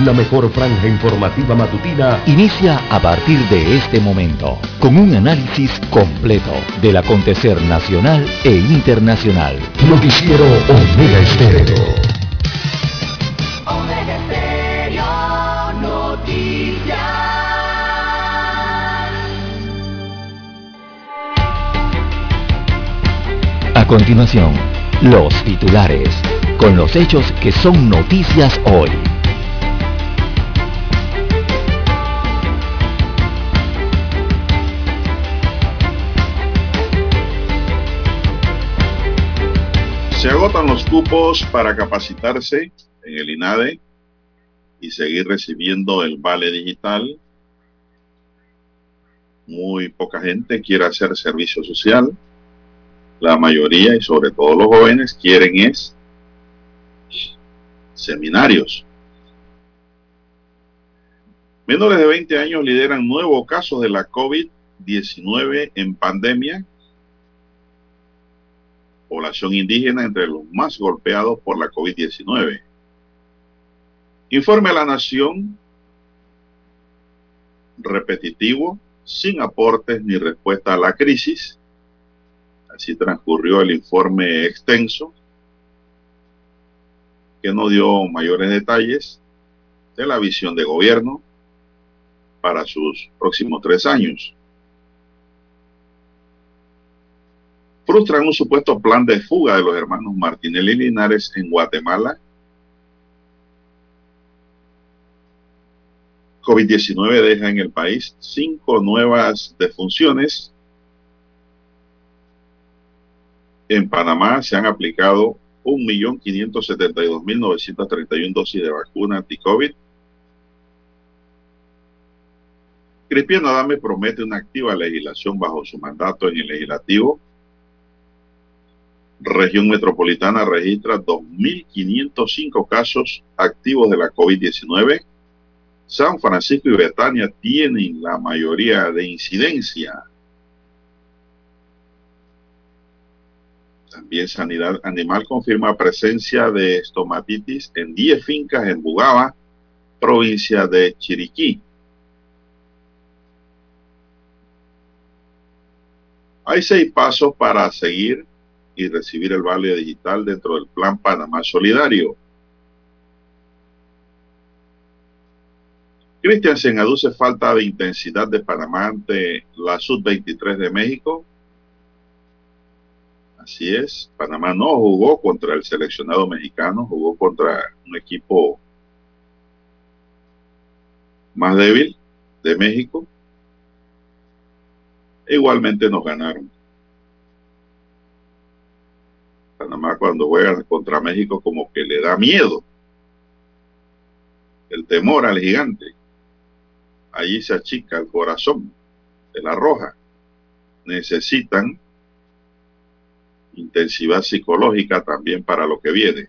La mejor franja informativa matutina inicia a partir de este momento, con un análisis completo del acontecer nacional e internacional. Noticiero Omega Estéreo. Omega Estéreo Noticias. A continuación, los titulares, con los hechos que son noticias hoy. Se agotan los cupos para capacitarse en el INADE y seguir recibiendo el vale digital. Muy poca gente quiere hacer servicio social. La mayoría, y sobre todo los jóvenes, quieren es seminarios. Menores de 20 años lideran nuevos casos de la COVID-19 en pandemia. Población indígena entre los más golpeados por la COVID-19. Informe a la Nación, repetitivo, sin aportes ni respuesta a la crisis. Así transcurrió el informe extenso, que no dio mayores detalles de la visión de gobierno para sus próximos 3 años. Frustran un supuesto plan de fuga de los hermanos Martinelli y Linares en Guatemala. COVID-19 deja en el país 5 nuevas defunciones. En Panamá se han aplicado 1.572.931 dosis de vacuna anti-COVID. Cristiano Adame promete una activa legislación bajo su mandato en el legislativo. Región metropolitana registra 2.505 casos activos de la COVID-19. San Francisco y Betania tienen la mayoría de incidencia. También Sanidad Animal confirma presencia de estomatitis en 10 fincas en Bugaba, provincia de Chiriquí. Hay 6 pasos para seguir y recibir el vale digital dentro del Plan Panamá Solidario. Christiansen aduce falta de intensidad de Panamá ante la Sub-23 de México. Así es, Panamá no jugó contra el seleccionado mexicano, jugó contra un equipo más débil de México. Igualmente nos ganaron. Panamá cuando juega contra México como que le da miedo, el temor al gigante. Allí se achica el corazón de la Roja. Necesitan intensidad psicológica también para lo que viene.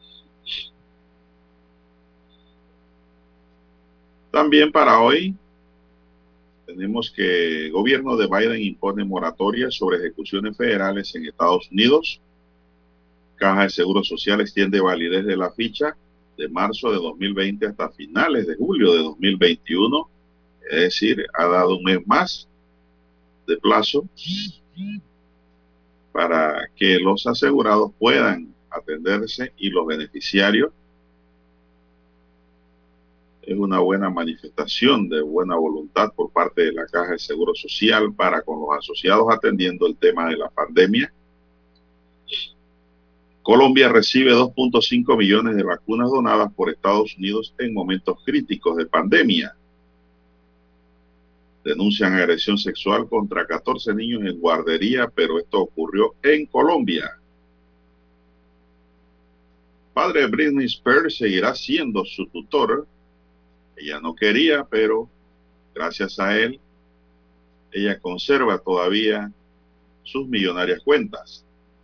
También para hoy tenemos que el gobierno de Biden impone moratoria sobre ejecuciones federales en Estados Unidos. Caja de Seguro Social extiende validez de la ficha de marzo de 2020 hasta finales de julio de 2021. Es decir, ha dado un mes más de plazo para que los asegurados puedan atenderse y los beneficiarios. Es una buena manifestación de buena voluntad por parte de la Caja de Seguro Social para con los asociados atendiendo el tema de la pandemia. Colombia recibe 2.5 millones de vacunas donadas por Estados Unidos en momentos críticos de pandemia. Denuncian agresión sexual contra 14 niños en guardería, pero esto ocurrió en Colombia. Padre de Britney Spears seguirá siendo su tutor. Ella no quería, pero gracias a él, ella conserva todavía sus millonarias cuentas.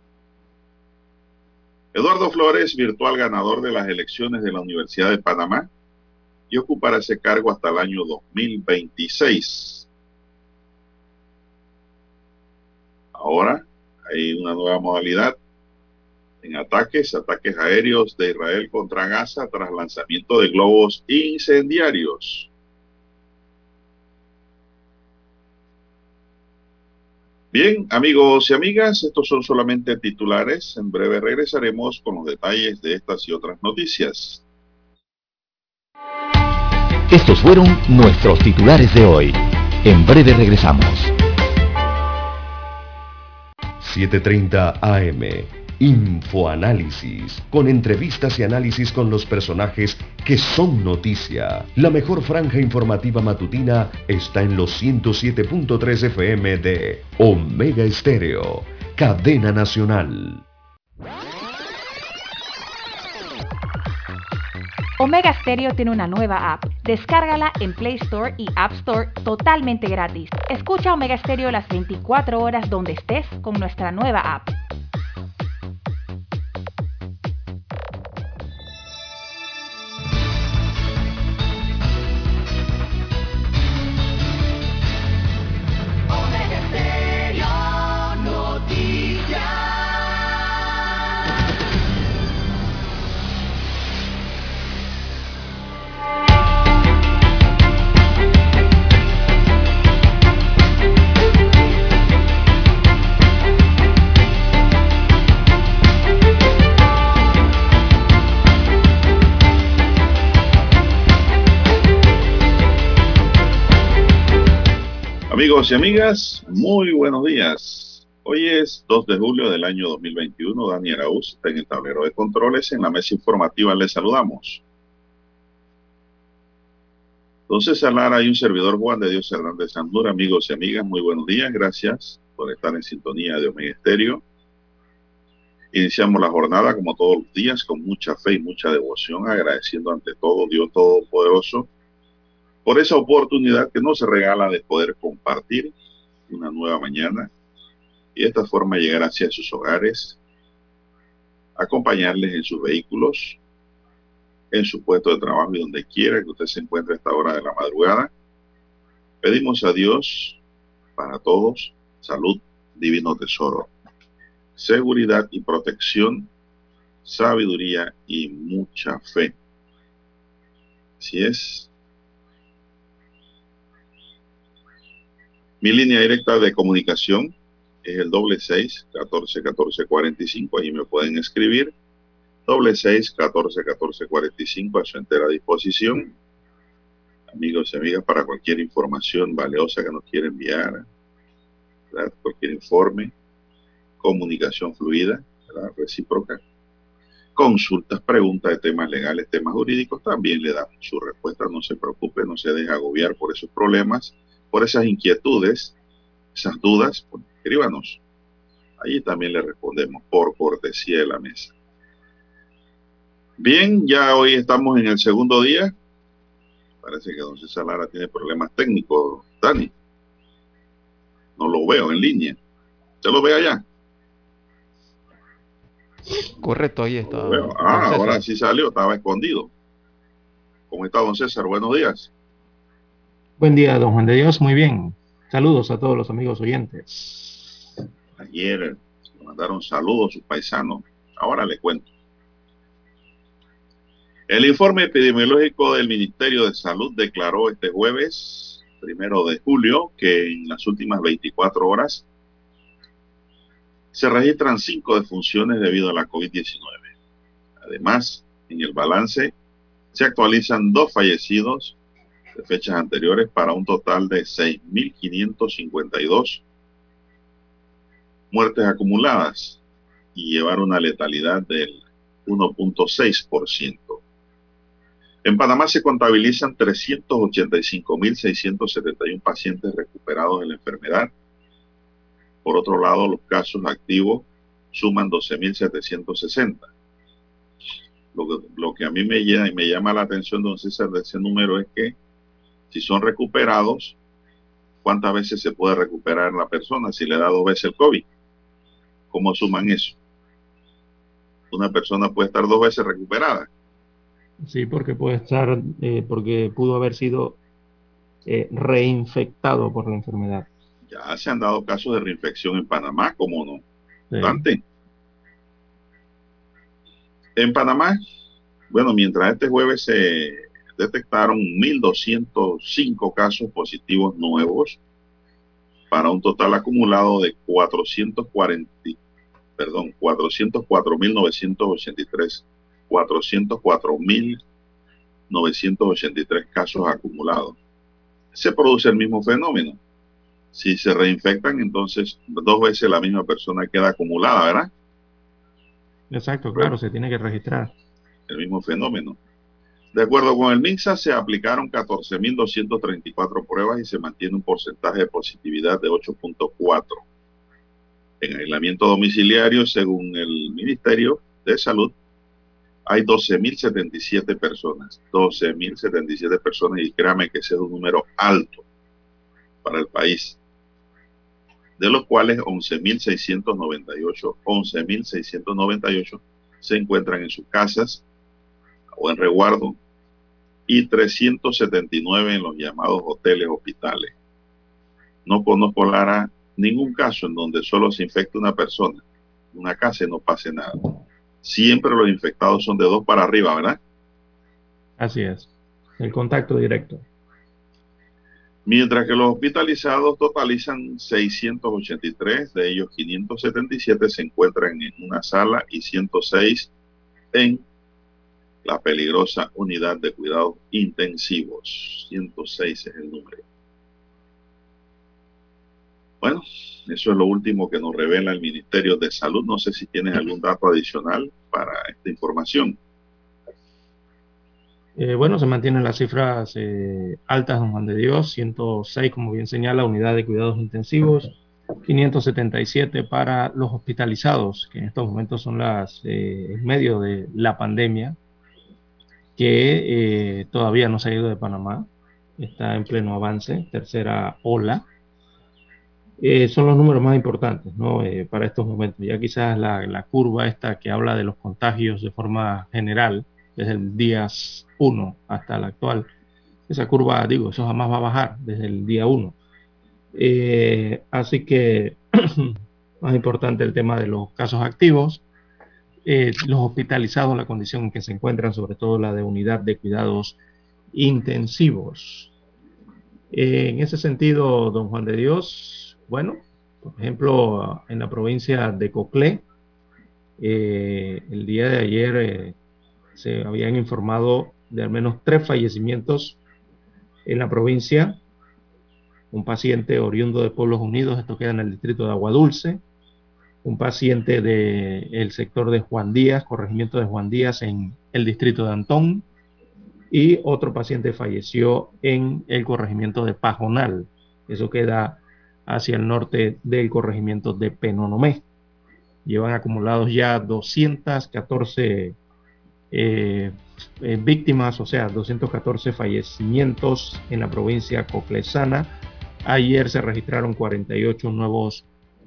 Eduardo Flores, virtual ganador de las elecciones de la Universidad de Panamá, y ocupará ese cargo hasta el año 2026. Ahora hay una nueva modalidad en ataques aéreos de Israel contra Gaza tras lanzamiento de globos incendiarios. Bien, amigos y amigas, estos son solamente titulares. En breve regresaremos con los detalles de estas y otras noticias. Estos fueron nuestros titulares de hoy. En breve regresamos. 7:30 AM. Infoanálisis, con entrevistas y análisis con los personajes que son noticia. La mejor franja informativa matutina está en los 107.3 FM de Omega Estéreo, cadena nacional. Omega Stereo tiene una nueva app. Descárgala en Play Store y App Store totalmente gratis. Escucha Omega Stereo las 24 horas donde estés con nuestra nueva app. Omega Stereo Noticias. Amigos y amigas, muy buenos días. Hoy es 2 de julio del año 2021. Dani Araúz está en el tablero de controles. En la mesa informativa les saludamos. Entonces, Lara y un servidor, Juan de Dios Hernández Sandura. Amigos y amigas, muy buenos días. Gracias por estar en sintonía de Omega Estéreo. Iniciamos la jornada, como todos los días, con mucha fe y mucha devoción, agradeciendo ante todo Dios Todopoderoso por esa oportunidad que nos regala de poder compartir una nueva mañana y de esta forma llegar hacia sus hogares, acompañarles en sus vehículos, en su puesto de trabajo y donde quiera que usted se encuentre a esta hora de la madrugada. Pedimos a Dios para todos salud, divino tesoro, seguridad y protección, sabiduría y mucha fe. Así es. Mi línea directa de comunicación es el 666-1414-45. Ahí me pueden escribir. 666-1414-45 a su entera disposición. Amigos y amigas, para cualquier información valiosa que nos quiera enviar, ¿verdad? Cualquier informe, comunicación fluida, ¿verdad? Recíproca, consultas, preguntas de temas legales, temas jurídicos, también le damos su respuesta. No se preocupe, no se deje agobiar por esos problemas, por esas inquietudes, esas dudas. Pues, escríbanos. Allí también le respondemos por cortesía de la mesa. Bien, ya hoy estamos en el segundo día. Parece que don César Lara tiene problemas técnicos, Dani. No lo veo en línea. ¿Usted lo ve allá? Correcto, ahí está. Ahora sí salió, estaba escondido. ¿Cómo está, don César? Buenos días. Buen día, don Juan de Dios. Muy bien. Saludos a todos los amigos oyentes. Ayer se mandaron saludos a sus paisanos. Ahora le cuento. El informe epidemiológico del Ministerio de Salud declaró este jueves, 1 de julio, que en las últimas 24 horas se registran 5 defunciones debido a la COVID-19. Además, en el balance se actualizan 2 fallecidos de fechas anteriores para un total de 6.552 muertes acumuladas y llevar una letalidad del 1.6%. En Panamá se contabilizan 385.671 pacientes recuperados de la enfermedad. Por otro lado, los casos activos suman 12.760. Lo que a mí me llama la atención, don César, de ese número es que si son recuperados, ¿cuántas veces se puede recuperar la persona si le da 2 veces el COVID? ¿Cómo suman eso? Una persona puede estar 2 veces recuperada. Sí, porque puede estar, porque pudo haber sido reinfectado por la enfermedad. Ya se han dado casos de reinfección en Panamá, ¿cómo no? Sí. Bastante. En Panamá, bueno, mientras este jueves se detectaron 1.205 casos positivos nuevos para un total acumulado de 404.983 casos acumulados. Se produce el mismo fenómeno. Si se reinfectan, entonces 2 veces la misma persona queda acumulada, ¿verdad? Exacto, Pero claro, se tiene que registrar. el mismo fenómeno. De acuerdo con el MINSA, se aplicaron 14.234 pruebas y se mantiene un porcentaje de positividad de 8.4. En aislamiento domiciliario, según el Ministerio de Salud, hay 12.077 personas. 12.077 personas, y créame que ese es un número alto para el país, de los cuales 11.698 se encuentran en sus casas o en resguardo, y 379 en los llamados hoteles hospitales. No conozco, Lara, ningún caso en donde solo se infecte una persona, una casa, y no pase nada. Siempre los infectados son de 2 para arriba, ¿verdad? Así es, el contacto directo. Mientras que los hospitalizados totalizan 683, de ellos 577 se encuentran en una sala y 106 en la peligrosa unidad de cuidados intensivos. 106 es el número. Bueno, eso es lo último que nos revela el Ministerio de Salud. No sé si tienes algún dato adicional para esta información. Bueno, se mantienen las cifras altas, don Juan de Dios, 106, como bien señala, unidad de cuidados intensivos, 577 para los hospitalizados, que en estos momentos son en medio de la pandemia, que todavía no se ha ido de Panamá, está en pleno avance, tercera ola. Son los números más importantes, ¿no? Para estos momentos. Ya quizás la curva esta que habla de los contagios de forma general, desde el día 1 hasta el actual, esa curva, digo, eso jamás va a bajar desde el día 1. Así que más importante el tema de los casos activos, los hospitalizados, la condición en que se encuentran, sobre todo la de unidad de cuidados intensivos. En ese sentido, don Juan de Dios, bueno, por ejemplo, en la provincia de Coclé, el día de ayer se habían informado de al menos 3 fallecimientos en la provincia. Un paciente oriundo de Pueblos Unidos, esto queda en el distrito de Aguadulce. Un paciente del sector de Juan Díaz, corregimiento de Juan Díaz en el distrito de Antón. Y otro paciente falleció en el corregimiento de Pajonal. Eso queda hacia el norte del corregimiento de Penonomé. Llevan acumulados ya 214 víctimas, o sea, 214 fallecimientos en la provincia coclesana. Ayer se registraron 48 nuevos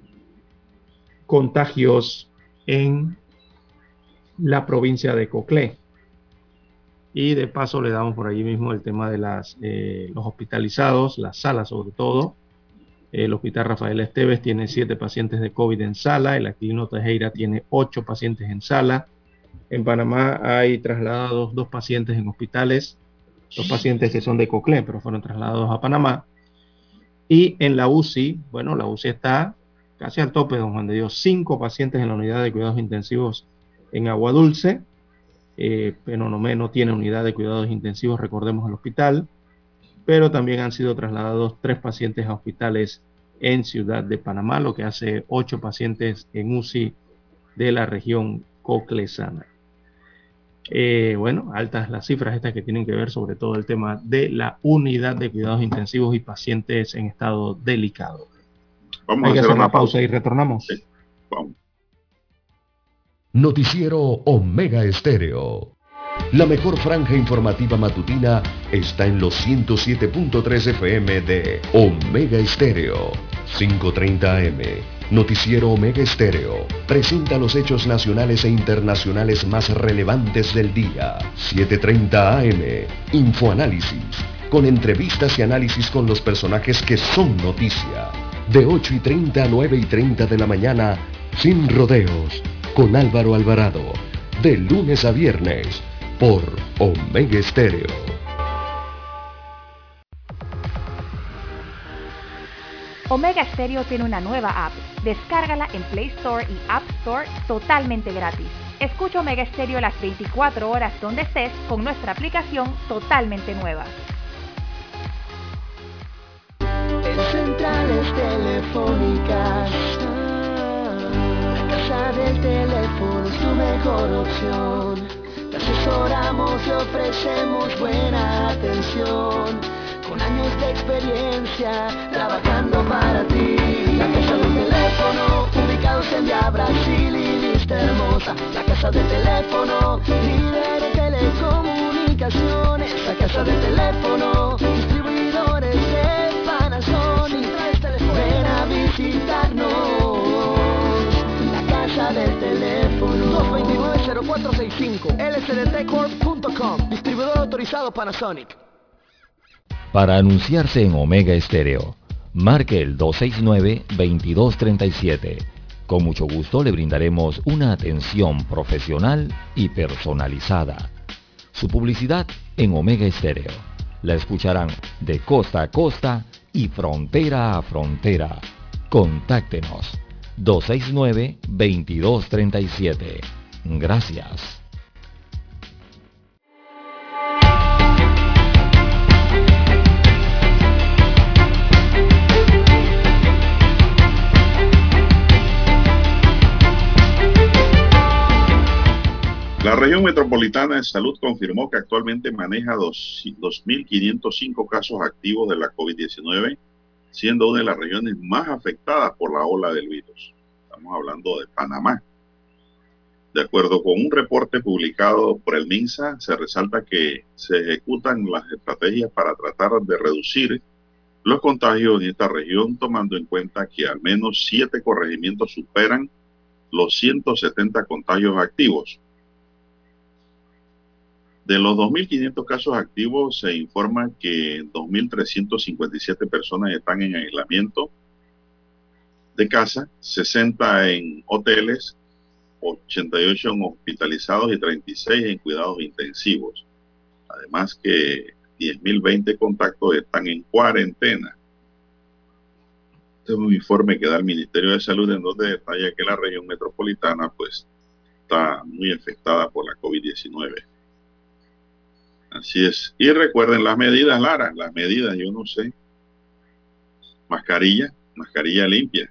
contagios en la provincia de Coclé. Y de paso le damos por allí mismo el tema de los hospitalizados, las salas sobre todo. El Hospital Rafael Esteves tiene 7 pacientes de COVID en sala, el Aquilino Tejera tiene 8 pacientes en sala. En Panamá hay trasladados 2 pacientes en hospitales, 2 pacientes que son de Coclé, pero fueron trasladados a Panamá. Y en la UCI, bueno, la UCI está casi al tope, don Juan de Dios, 5 pacientes en la unidad de cuidados intensivos en Aguadulce. Penonomé no tiene unidad de cuidados intensivos, recordemos el hospital, pero también han sido trasladados 3 pacientes a hospitales en Ciudad de Panamá, lo que hace 8 pacientes en UCI de la región coclesana. Bueno, altas las cifras estas que tienen que ver sobre todo el tema de la unidad de cuidados intensivos y pacientes en estado delicado. Vamos a hacer una pausa y retornamos. Sí, vamos. Noticiero Omega Estéreo. La mejor franja informativa matutina está en los 107.3 FM de Omega Estéreo. 5:30 AM. Noticiero Omega Estéreo presenta los hechos nacionales e internacionales más relevantes del día. 7:30 AM. Infoanálisis, con entrevistas y análisis con los personajes que son noticia. De 8:30 a 9:30 de la mañana, sin rodeos, con Álvaro Alvarado. de lunes a viernes por Omega Estéreo. Omega Stereo tiene una nueva app. Descárgala en Play Store y App Store totalmente gratis. Escucha Omega Stereo las 24 horas donde estés con nuestra aplicación totalmente nueva. En centrales telefónicas, la casa del teléfono es tu mejor opción. Te asesoramos y ofrecemos buena atención. Con años de experiencia, trabajando para ti. La casa del teléfono, ubicados en Via Brasil y Vista Hermosa. La casa del teléfono, líder en telecomunicaciones. La casa del teléfono, distribuidores de Panasonic. Ven a visitarnos. La casa del teléfono 229-0465 lsdtcorp.com. Distribuidor autorizado Panasonic. Para anunciarse en Omega Estéreo, marque el 269-2237. Con mucho gusto le brindaremos una atención profesional y personalizada. Su publicidad en Omega Estéreo. La escucharán de costa a costa y frontera a frontera. Contáctenos 269-2237. Gracias. La región metropolitana de salud confirmó que actualmente maneja 2.505 casos activos de la COVID-19, siendo una de las regiones más afectadas por la ola del virus. Estamos hablando de Panamá. De acuerdo con un reporte publicado por el MINSA, se resalta que se ejecutan las estrategias para tratar de reducir los contagios en esta región, tomando en cuenta que al menos 7 corregimientos superan los 170 contagios activos. De los 2.500 casos activos, se informa que 2.357 personas están en aislamiento de casa, 60 en hoteles, 88 en hospitalizados y 36 en cuidados intensivos. Además que 10.020 contactos están en cuarentena. Este es un informe que da el Ministerio de Salud en donde detalla que la región metropolitana pues está muy afectada por la COVID-19. Así es. Y recuerden las medidas, Lara, las medidas, yo no sé. Mascarilla limpia.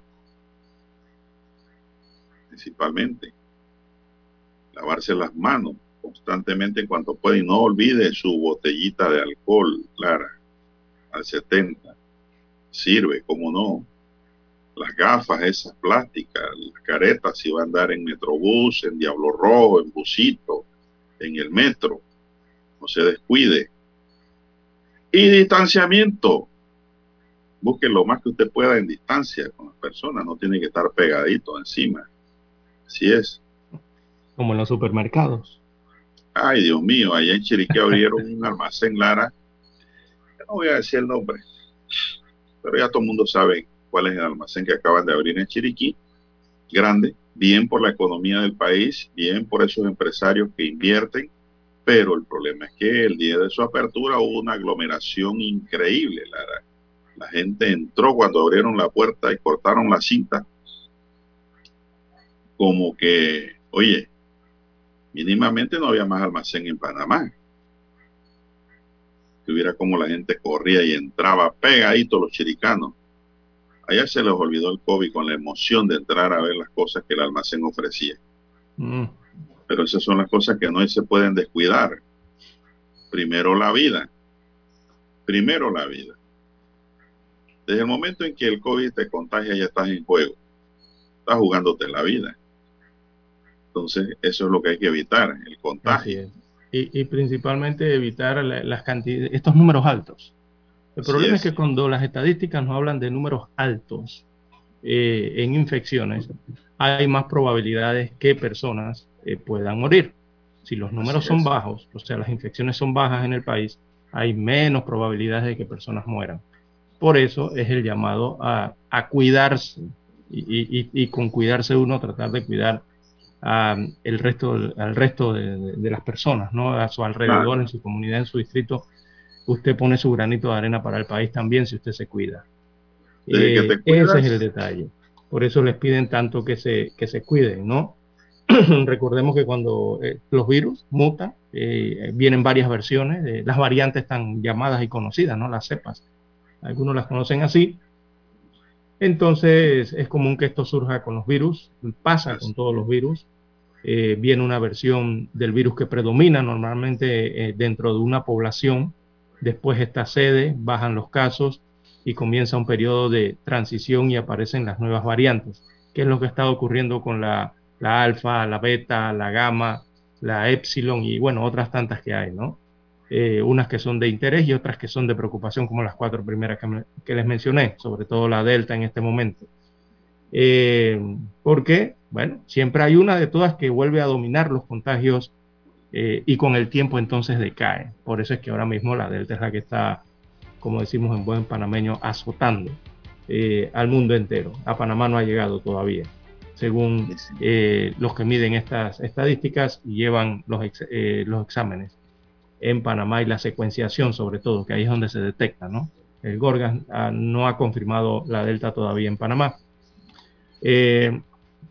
Principalmente. Lavarse las manos constantemente en cuanto pueda y no olvide su botellita de alcohol, Lara, al 70. Sirve, como no. Las gafas esas plásticas, las caretas si va a andar en Metrobús, en Diablo Rojo, en Busito, en el metro. No se descuide. Y distanciamiento. Busque lo más que usted pueda en distancia con las personas. No tiene que estar pegadito encima. Así es. Como en los supermercados. Ay, Dios mío. Allá en Chiriquí abrieron un almacén, Lara. No voy a decir el nombre. Pero ya todo el mundo sabe cuál es el almacén que acaban de abrir en Chiriquí. Grande. Bien por la economía del país. Bien por esos empresarios que invierten. Pero el problema es que el día de su apertura hubo una aglomeración increíble. La gente entró cuando abrieron la puerta y cortaron la cinta. Como que, oye, mínimamente no había más almacén en Panamá. Que hubiera como la gente corría y entraba pegadito los chiricanos. Allá se les olvidó el COVID con la emoción de entrar a ver las cosas que el almacén ofrecía. Pero esas son las cosas que no se pueden descuidar. Primero la vida. Primero la vida. Desde el momento en que el COVID te contagia ya estás en juego. Estás jugándote la vida. Entonces eso es lo que hay que evitar, el contagio. Y principalmente evitar las cantidades, estos números altos. El problema es que cuando las estadísticas nos hablan de números altos en infecciones, hay más probabilidades que personas puedan morir. Si los números son bajos, o sea, las infecciones son bajas en el país, hay menos probabilidades de que personas mueran. Por eso es el llamado a cuidarse y con cuidarse uno tratar de cuidar al resto de las personas, ¿no? A su alrededor, Claro. en su comunidad, en su distrito, usted pone su granito de arena para el país también si usted se cuida. Desde que te Ese es el cuidas, detalle. Por eso les piden tanto que se cuiden, ¿no? Recordemos que cuando los virus mutan, vienen varias versiones, las variantes tan llamadas y conocidas, ¿no? Las cepas. Algunos las conocen así. Entonces es común que esto surja con los virus, pasa con así todos es. los virus. Viene una versión del virus que predomina normalmente dentro de una población, después esta cede, bajan los casos y comienza un periodo de transición y aparecen las nuevas variantes, que es lo que está ocurriendo con la alfa, la beta, la gamma, la epsilon y bueno, otras tantas que hay, ¿no? Unas que son de interés y otras que son de preocupación, como las cuatro primeras que les mencioné, sobre todo la delta en este momento. Eh, Porque, bueno, siempre hay una de todas que vuelve a dominar los contagios y con el tiempo entonces decae. Por eso es que ahora mismo la delta es la que está, como decimos en buen panameño, azotando al mundo entero. A Panamá no ha llegado todavía, según Sí, sí. los que miden estas estadísticas y llevan los exámenes en Panamá y la secuenciación sobre todo, que ahí es donde se detecta, ¿no? El Gorgas no ha confirmado la delta todavía en Panamá. Eh,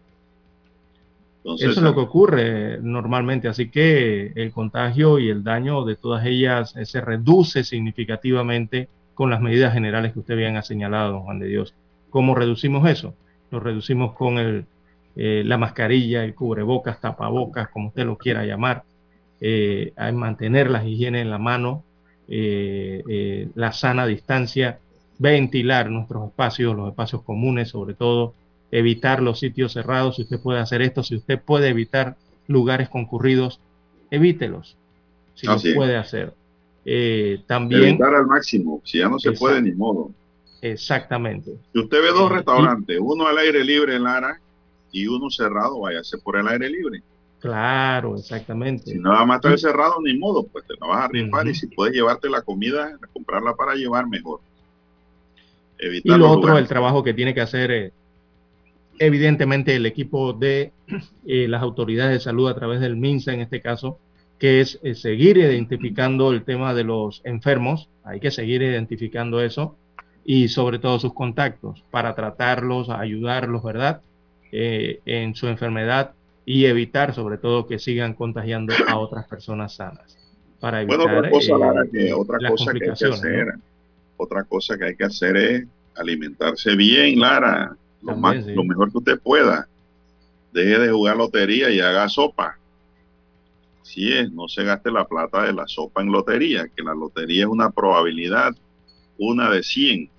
Entonces, Eso es lo que ocurre normalmente, así que el contagio y el daño de todas ellas se reduce significativamente con las medidas generales que usted bien ha señalado, don Juan de Dios. ¿Cómo reducimos eso? Lo reducimos con la mascarilla, el cubrebocas, tapabocas, como usted lo quiera llamar, a mantener la higiene en la mano, la sana distancia, ventilar nuestros espacios, los espacios comunes sobre todo, evitar los sitios cerrados, si usted puede hacer esto, si usted puede evitar lugares concurridos, evítelos, si los así es. puede hacer. También, Evitar al máximo. Si ya no se puede, esa, ni modo. exactamente. Si usted ve dos Y restaurantes, uno al aire libre en Lara y uno cerrado, váyase por el aire libre. claro, Si exactamente. no va a estar Y, cerrado, ni modo, pues te la vas a rifar y uh-huh. si puedes llevarte la comida, comprarla para llevar mejor. Y Evitar lo los otro, el lugares trabajo cerrados. que tiene que hacer evidentemente el equipo de las autoridades de salud a través del MINSA en este caso, que es seguir identificando el tema de los enfermos, hay que seguir identificando eso y sobre todo sus contactos para tratarlos, ayudarlos, ¿verdad? En su enfermedad y evitar sobre todo que sigan contagiando a otras personas sanas para Bueno, evitar otra las cosa que hay que complicaciones, hacer, ¿no? otra cosa que hay que hacer es alimentarse bien, Lara, También, lo sí. mejor que usted pueda. Deje de jugar lotería y haga sopa. Si es, no se gaste la plata de la sopa en lotería, que la lotería es una probabilidad, una de 100,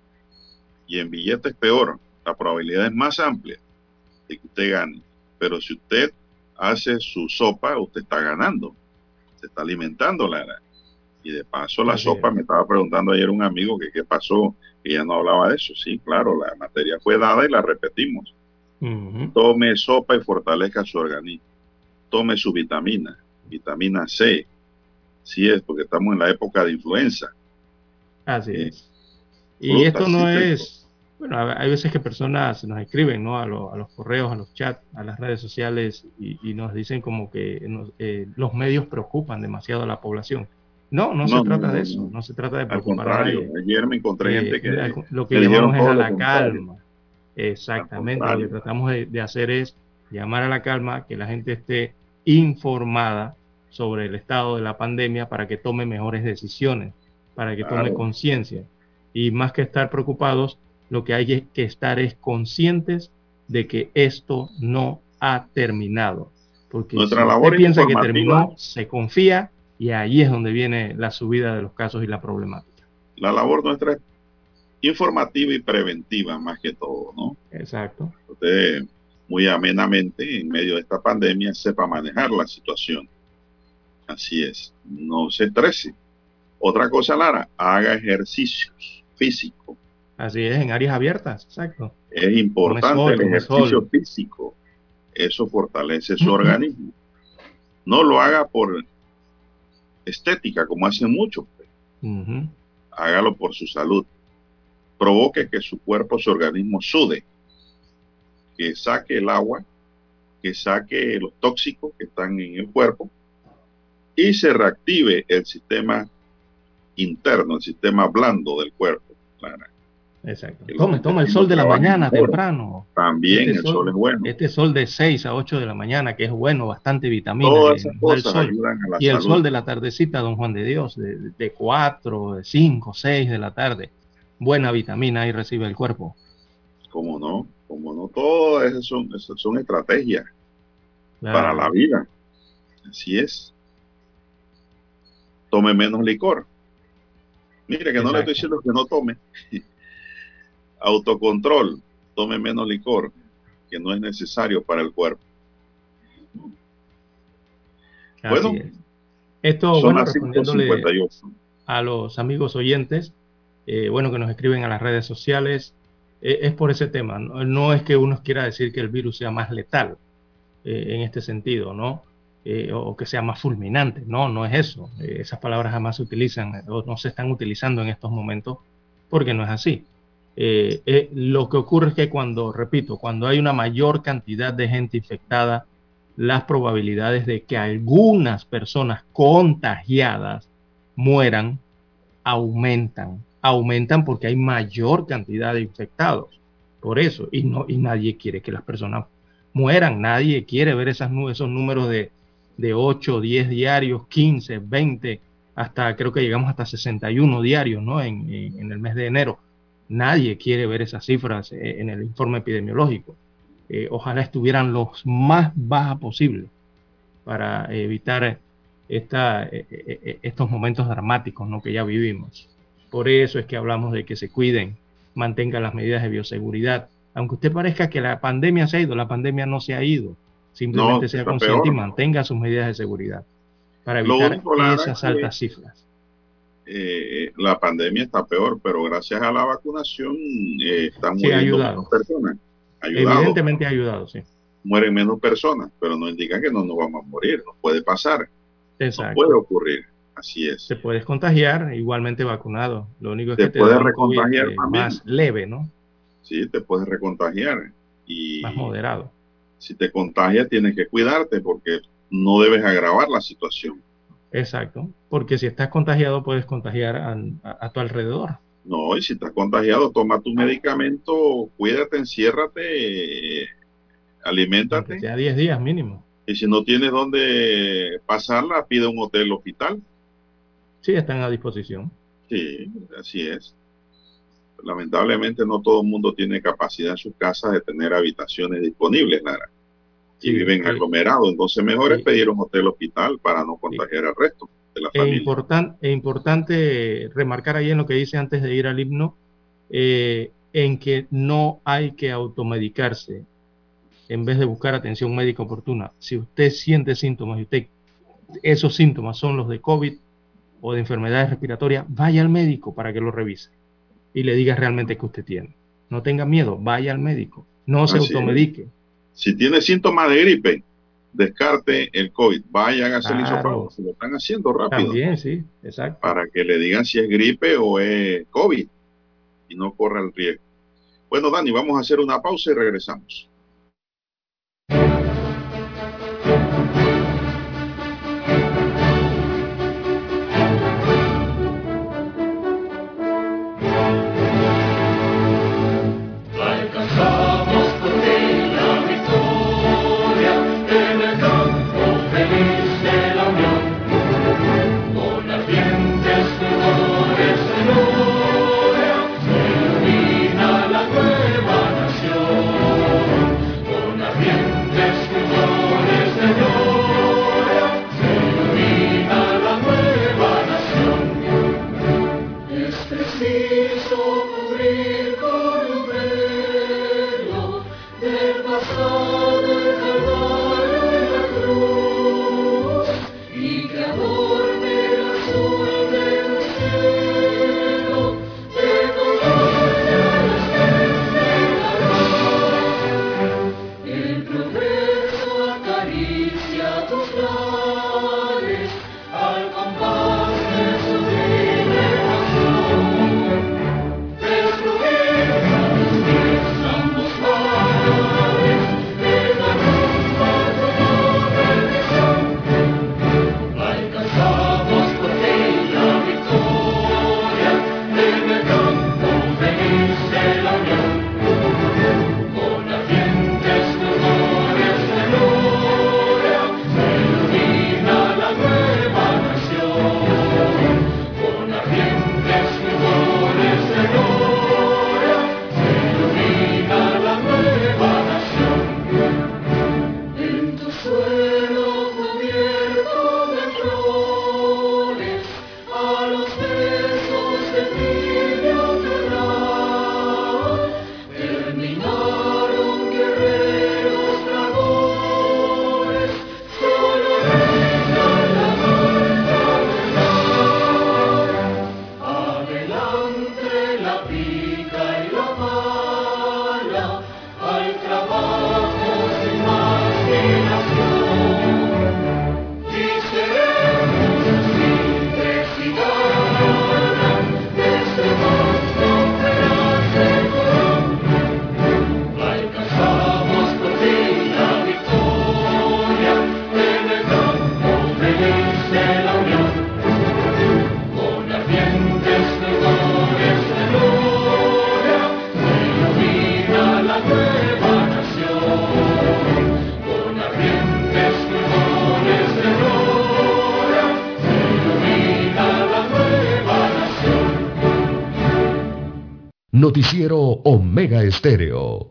y en billetes peor. La probabilidad es más amplia de que usted gane. Pero si usted hace su sopa, usted está ganando, se está alimentando, Lara. Y de paso, la Así sopa, es. me estaba preguntando ayer un amigo que qué pasó, que ya no hablaba de eso. Sí, claro, la materia fue dada y la repetimos. Ujú. Tome sopa y fortalezca su organismo. Tome su vitamina C. Sí es, porque estamos en la época de influenza. Así Eh, es. Y esto Frutas, no cítricos. es, bueno, hay veces que personas nos escriben, ¿no? A los correos, a los chats, a las redes sociales y nos dicen como que los medios preocupan demasiado a la población. No, no se No, no, trata de no, eso, no. no se trata de Al preocupar a contrario, nadie. ayer me encontré gente que Lo que me dijeron llamamos es todo a lo la contrario. calma. Al Exactamente, lo que contrario. tratamos de hacer es llamar a la calma, que la gente esté informada sobre el estado de la pandemia para que tome mejores decisiones, para que tome Claro. conciencia. Y más que estar preocupados, lo que hay que estar es conscientes de que esto no ha terminado. Porque Nuestra si usted labor es piensa que informativa. terminó, se confía y ahí es donde viene la subida de los casos y la problemática. La labor nuestra es informativa y preventiva más que todo, ¿no? Exacto. Usted muy amenamente en medio de esta pandemia sepa manejar la situación. Así es, no se estrese. Otra cosa, Lara, haga ejercicios físicos. Así es, en áreas abiertas, exacto. Es importante el Tome ejercicio sol. físico. Eso fortalece su organismo. No lo haga por estética, como hacen muchos. Ujú. Hágalo por su salud. Provoque que su cuerpo, su organismo sude, que saque el agua que saque los tóxicos que están en el cuerpo y se reactive el sistema interno, el sistema blando del cuerpo. Claro. Exacto. Toma el sol de la mañana temprano. También el sol es bueno. Este sol de 6 a 8 de la mañana, que es bueno, bastante vitamina. Todas esas cosas ayudan a la y salud. el sol de la tardecita, don Juan de Dios, de 4, de 5, 6 de la tarde. Buena vitamina ahí recibe el cuerpo. ¿Cómo no? ¿Cómo no? Todas esas son estrategias para la vida. Así es. Tome menos licor. Mire que no le estoy diciendo que no tome. Autocontrol, tome menos licor, que no es necesario para el cuerpo. Así bueno, es. Esto, son bueno, las respondiéndole 5:58. a los amigos oyentes, bueno, que nos escriben a las redes sociales, es por ese tema. No es que uno quiera decir que el virus sea más letal en este sentido, ¿no? O que sea más fulminante. No es eso. Esas palabras jamás se utilizan o no se están utilizando en estos momentos porque no es así. Lo que ocurre es que repito, cuando hay una mayor cantidad de gente infectada, las probabilidades de que algunas personas contagiadas mueran aumentan porque hay mayor cantidad de infectados. Por eso, y nadie quiere que las personas mueran, nadie quiere ver esos números de 8, 10 diarios, 15, 20, hasta creo que llegamos hasta 61 diarios, ¿no? En el mes de enero. Nadie quiere ver esas cifras en el informe epidemiológico. Ojalá estuvieran los más bajas posible para evitar estos momentos dramáticos, ¿no? Que ya vivimos. Por eso es que hablamos de que se cuiden, mantengan las medidas de bioseguridad. Aunque usted parezca que la pandemia se ha ido, la pandemia no se ha ido. Simplemente sea consciente y mantenga sus medidas de seguridad para evitar esas altas cifras. La pandemia está peor, pero gracias a la vacunación están muriendo menos personas. Evidentemente ha ayudado, sí. Mueren menos personas, pero no indica que no nos vamos a morir, nos puede pasar. Exacto. No puede ocurrir, así es. Te puedes contagiar igualmente vacunado. Lo único es te que te puedes da un recontagiar COVID más leve, ¿no? Sí, te puedes recontagiar. Y más moderado. Si te contagias, tienes que cuidarte porque no debes agravar la situación. Exacto, porque si estás contagiado puedes contagiar a tu alrededor. No, y si estás contagiado, toma tu medicamento, cuídate, enciérrate, aliméntate. Ya 10 días mínimo. Y si no tienes dónde pasarla, pide un hotel hospital. Sí, están a disposición. Sí, así es. Lamentablemente no todo el mundo tiene capacidad en sus casas de tener habitaciones disponibles, Lara. Y viven aglomerados, entonces mejor es pedir un hotel hospital para no contagiar al resto de la familia. Es importante remarcar ahí en lo que dice antes de ir al himno, en que no hay que automedicarse en vez de buscar atención médica oportuna. Si usted siente síntomas y esos síntomas son los de COVID o de enfermedades respiratorias, vaya al médico para que lo revise y le diga realmente qué usted tiene. No tenga miedo, vaya al médico, no se automedique. Si tiene síntomas de gripe, descarte el COVID, vaya a hacer el hisopado, se lo están haciendo rápido. También, sí, exacto. Para que le digan si es gripe o es COVID y no corra el riesgo. Bueno, Dani, vamos a hacer una pausa y regresamos. la nueva nación, con ardientes fulgores de gloria, se ilumina la nueva nación. Noticiero Omega Estéreo.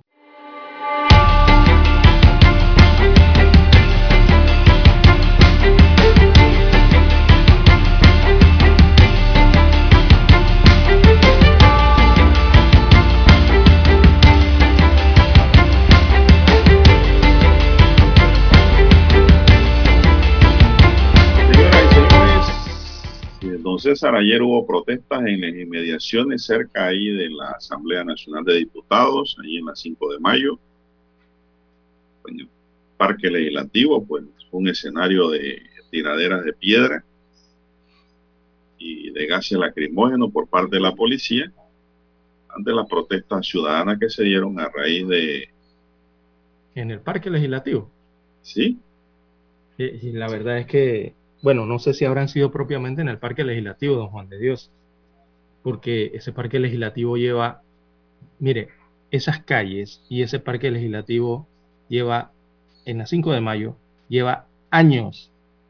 Don César, ayer hubo protestas en las inmediaciones cerca ahí de la Asamblea Nacional de Diputados, ahí en la 5 de mayo, en el Parque Legislativo, pues fue un escenario de tiraderas de piedra y de gases lacrimógenos por parte de la policía ante las protestas ciudadanas que se dieron a raíz de... En el Parque Legislativo. Sí. Y la verdad es que, bueno, no sé si habrán sido propiamente en el Parque Legislativo, don Juan de Dios, porque ese Parque Legislativo lleva, mire, esas calles y ese Parque Legislativo lleva, en la 5 de mayo, lleva años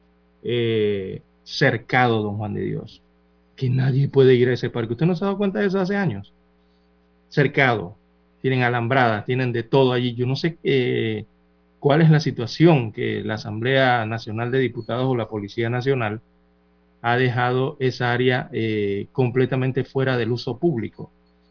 cercado, don Juan de Dios, que nadie puede ir a ese parque. ¿Usted no se ha dado cuenta de eso hace años? Cercado, tienen alambradas, tienen de todo allí. Yo no sé cuál es la situación que la Asamblea Nacional de Diputados o la Policía Nacional ha dejado esa área completamente fuera del uso público.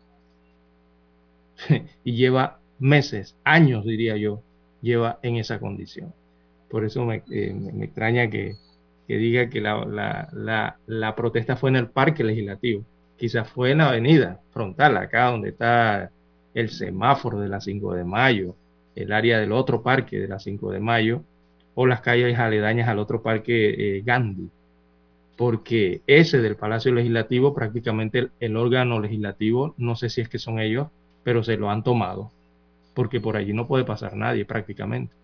Y lleva meses, años diría yo, lleva en esa condición. Por eso me extraña que diga que la protesta fue en el Parque Legislativo. Quizás fue en la avenida frontal, acá donde está el semáforo de la 5 de mayo, el área del otro parque de la 5 de mayo, o las calles aledañas al otro parque Gandhi, porque ese del Palacio Legislativo, prácticamente el órgano legislativo, no sé si es que son ellos, pero se lo han tomado, porque por allí no puede pasar nadie prácticamente.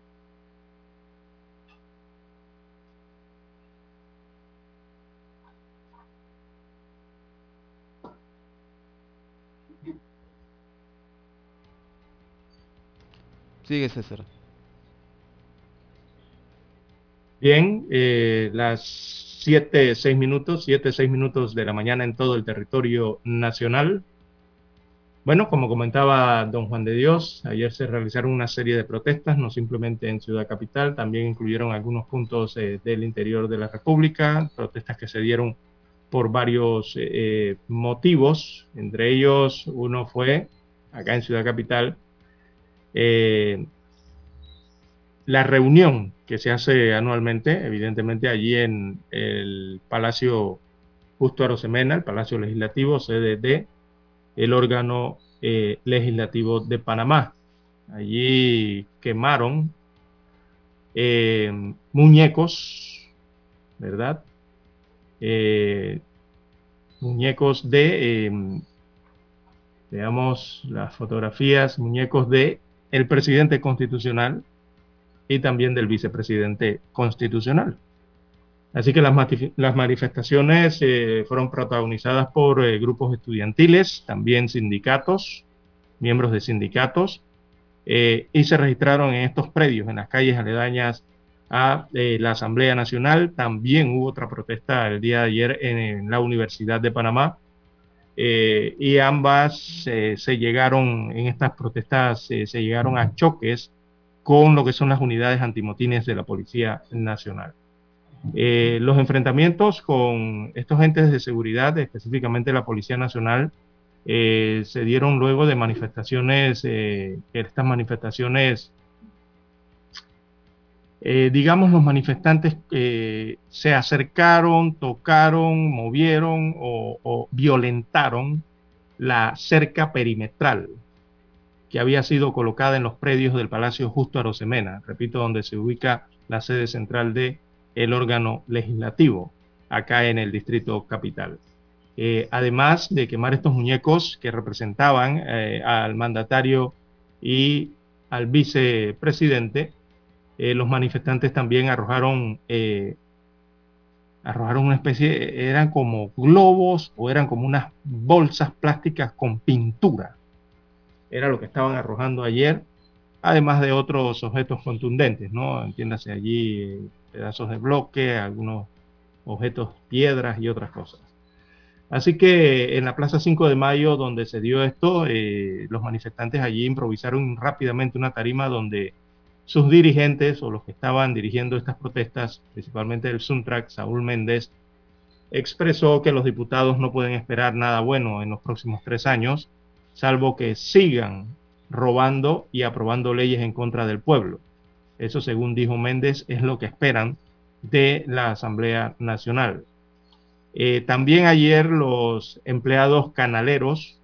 Sigue, César. Bien, las 7:06 de la mañana en todo el territorio nacional. Bueno, como comentaba don Juan de Dios, ayer se realizaron una serie de protestas, no simplemente en Ciudad Capital, también incluyeron algunos puntos del interior de la República, protestas que se dieron por varios motivos, entre ellos uno fue, acá en Ciudad Capital, la reunión que se hace anualmente, evidentemente allí en el Palacio Justo Arosemena, el Palacio Legislativo, sede de el órgano legislativo de Panamá. Allí quemaron muñecos, ¿verdad? Muñecos de, veamos las fotografías, muñecos de el presidente constitucional y también del vicepresidente constitucional. Así que las manifestaciones fueron protagonizadas por grupos estudiantiles, también sindicatos, miembros de sindicatos, y se registraron en estos predios, en las calles aledañas a la Asamblea Nacional. También hubo otra protesta el día de ayer en la Universidad de Panamá, y ambas se llegaron, en estas protestas se llegaron a choques con lo que son las unidades antimotines de la Policía Nacional. Los enfrentamientos con estos entes de seguridad, específicamente la Policía Nacional, se dieron luego de manifestaciones, estas manifestaciones, digamos, los manifestantes se acercaron, tocaron, movieron o violentaron la cerca perimetral que había sido colocada en los predios del Palacio Justo Arosemena, repito, donde se ubica la sede central de el órgano legislativo, acá en el Distrito Capital. Además de quemar estos muñecos que representaban al mandatario y al vicepresidente, los manifestantes también arrojaron una especie, eran como globos o eran como unas bolsas plásticas con pintura, Era lo que estaban arrojando ayer, además de otros objetos contundentes, ¿no? Entiéndase allí pedazos de bloque, algunos objetos, piedras y otras cosas. Así que en la Plaza 5 de Mayo, donde se dio esto, los manifestantes allí improvisaron rápidamente una tarima donde sus dirigentes o los que estaban dirigiendo estas protestas, principalmente el Suntrack, Saúl Méndez, expresó que los diputados no pueden esperar nada bueno en los próximos 3 años, salvo que sigan robando y aprobando leyes en contra del pueblo. Eso, según dijo Méndez, es lo que esperan de la Asamblea Nacional. También ayer los empleados canaleros,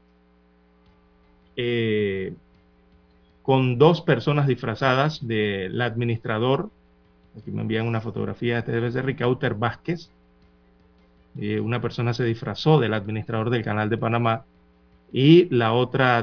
con 2 personas disfrazadas del administrador, aquí me envían una fotografía, este debe ser Ricauter Vázquez, una persona se disfrazó del administrador del Canal de Panamá y la otra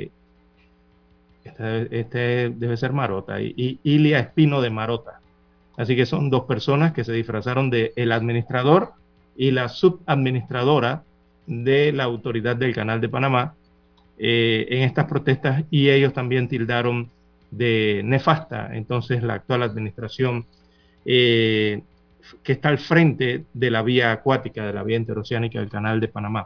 este debe ser Marota, y Ilia Espino de Marota. Así que son 2 personas que se disfrazaron del administrador y la subadministradora de la autoridad del Canal de Panamá en estas protestas, y ellos también tildaron de nefasta entonces la actual administración que está al frente de la vía acuática, de la vía interoceánica del Canal de Panamá.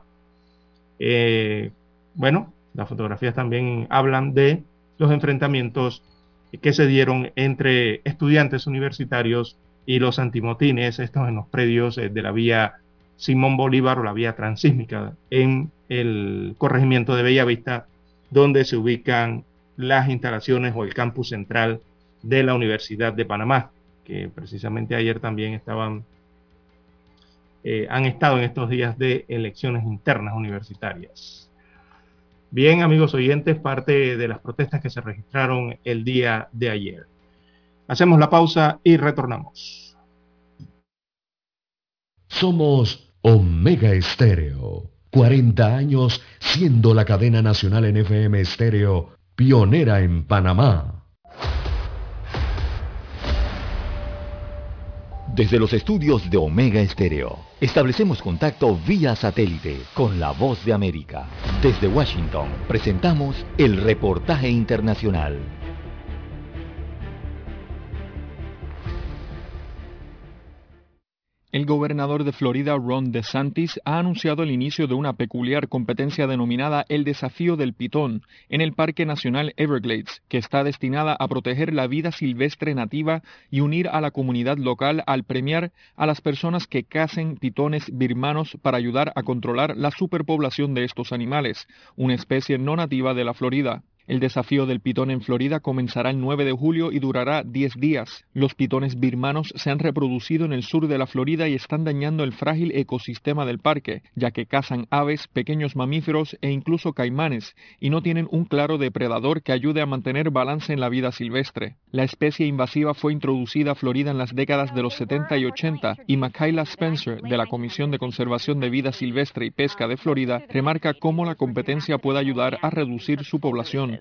Bueno, las fotografías también hablan de los enfrentamientos que se dieron entre estudiantes universitarios y los antimotines, estos en los predios de la vía Simón Bolívar o la vía transísmica en el corregimiento de Bellavista, donde se ubican las instalaciones o el campus central de la Universidad de Panamá, que precisamente ayer también han estado en estos días de elecciones internas universitarias. Bien, amigos oyentes, parte de las protestas que se registraron el día de ayer. Hacemos la pausa y retornamos. Somos Omega Estéreo. 40 años siendo la cadena nacional en FM Estéreo, pionera en Panamá. Desde los estudios de Omega Estéreo, establecemos contacto vía satélite con la Voz de América. Desde Washington, presentamos el reportaje internacional. El gobernador de Florida, Ron DeSantis, ha anunciado el inicio de una peculiar competencia denominada el Desafío del Pitón en el Parque Nacional Everglades, que está destinada a proteger la vida silvestre nativa y unir a la comunidad local al premiar a las personas que cacen pitones birmanos para ayudar a controlar la superpoblación de estos animales, una especie no nativa de la Florida. El desafío del pitón en Florida comenzará el 9 de julio y durará 10 días. Los pitones birmanos se han reproducido en el sur de la Florida y están dañando el frágil ecosistema del parque, ya que cazan aves, pequeños mamíferos e incluso caimanes, y no tienen un claro depredador que ayude a mantener balance en la vida silvestre. La especie invasiva fue introducida a Florida en las décadas de los 70 y 80, y Makayla Spencer, de la Comisión de Conservación de Vida Silvestre y Pesca de Florida, remarca cómo la competencia puede ayudar a reducir su población.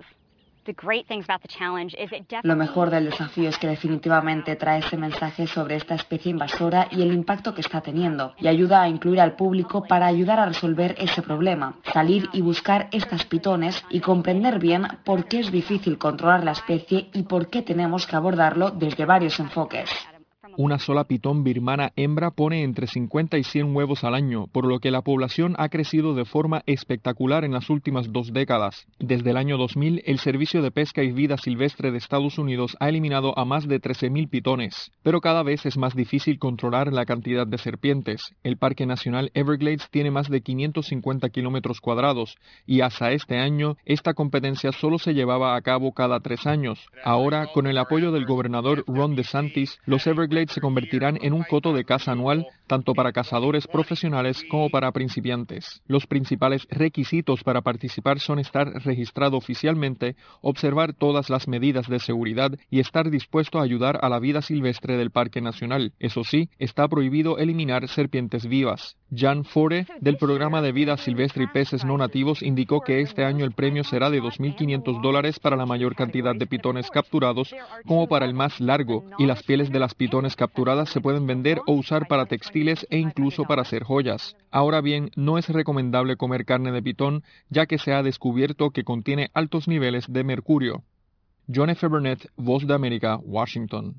Lo mejor del desafío es que definitivamente trae ese mensaje sobre esta especie invasora y el impacto que está teniendo, y ayuda a incluir al público para ayudar a resolver ese problema, salir y buscar estas pitones y comprender bien por qué es difícil controlar la especie y por qué tenemos que abordarlo desde varios enfoques. Una sola pitón birmana hembra pone entre 50 y 100 huevos al año, por lo que la población ha crecido de forma espectacular en las últimas 2 décadas. Desde el año 2000, el Servicio de Pesca y Vida Silvestre de Estados Unidos ha eliminado a más de 13.000 pitones, pero cada vez es más difícil controlar la cantidad de serpientes. El Parque Nacional Everglades tiene más de 550 kilómetros cuadrados, y hasta este año, esta competencia solo se llevaba a cabo cada 3 años. Ahora, con el apoyo del gobernador Ron DeSantis, los Everglades se convertirán en un coto de caza anual, tanto para cazadores profesionales como para principiantes. Los principales requisitos para participar son estar registrado oficialmente, observar todas las medidas de seguridad y estar dispuesto a ayudar a la vida silvestre del Parque Nacional. Eso sí, está prohibido eliminar serpientes vivas. Jan Fore, del Programa de Vida Silvestre y Peces No Nativos, indicó que este año el premio será de $2.500 para la mayor cantidad de pitones capturados como para el más largo, y las pieles de las pitones capturadas se pueden vender o usar para textiles textiles e incluso para hacer joyas. Ahora bien, no es recomendable comer carne de pitón, ya que se ha descubierto que contiene altos niveles de mercurio. John F. Burnett, Voz de América, Washington.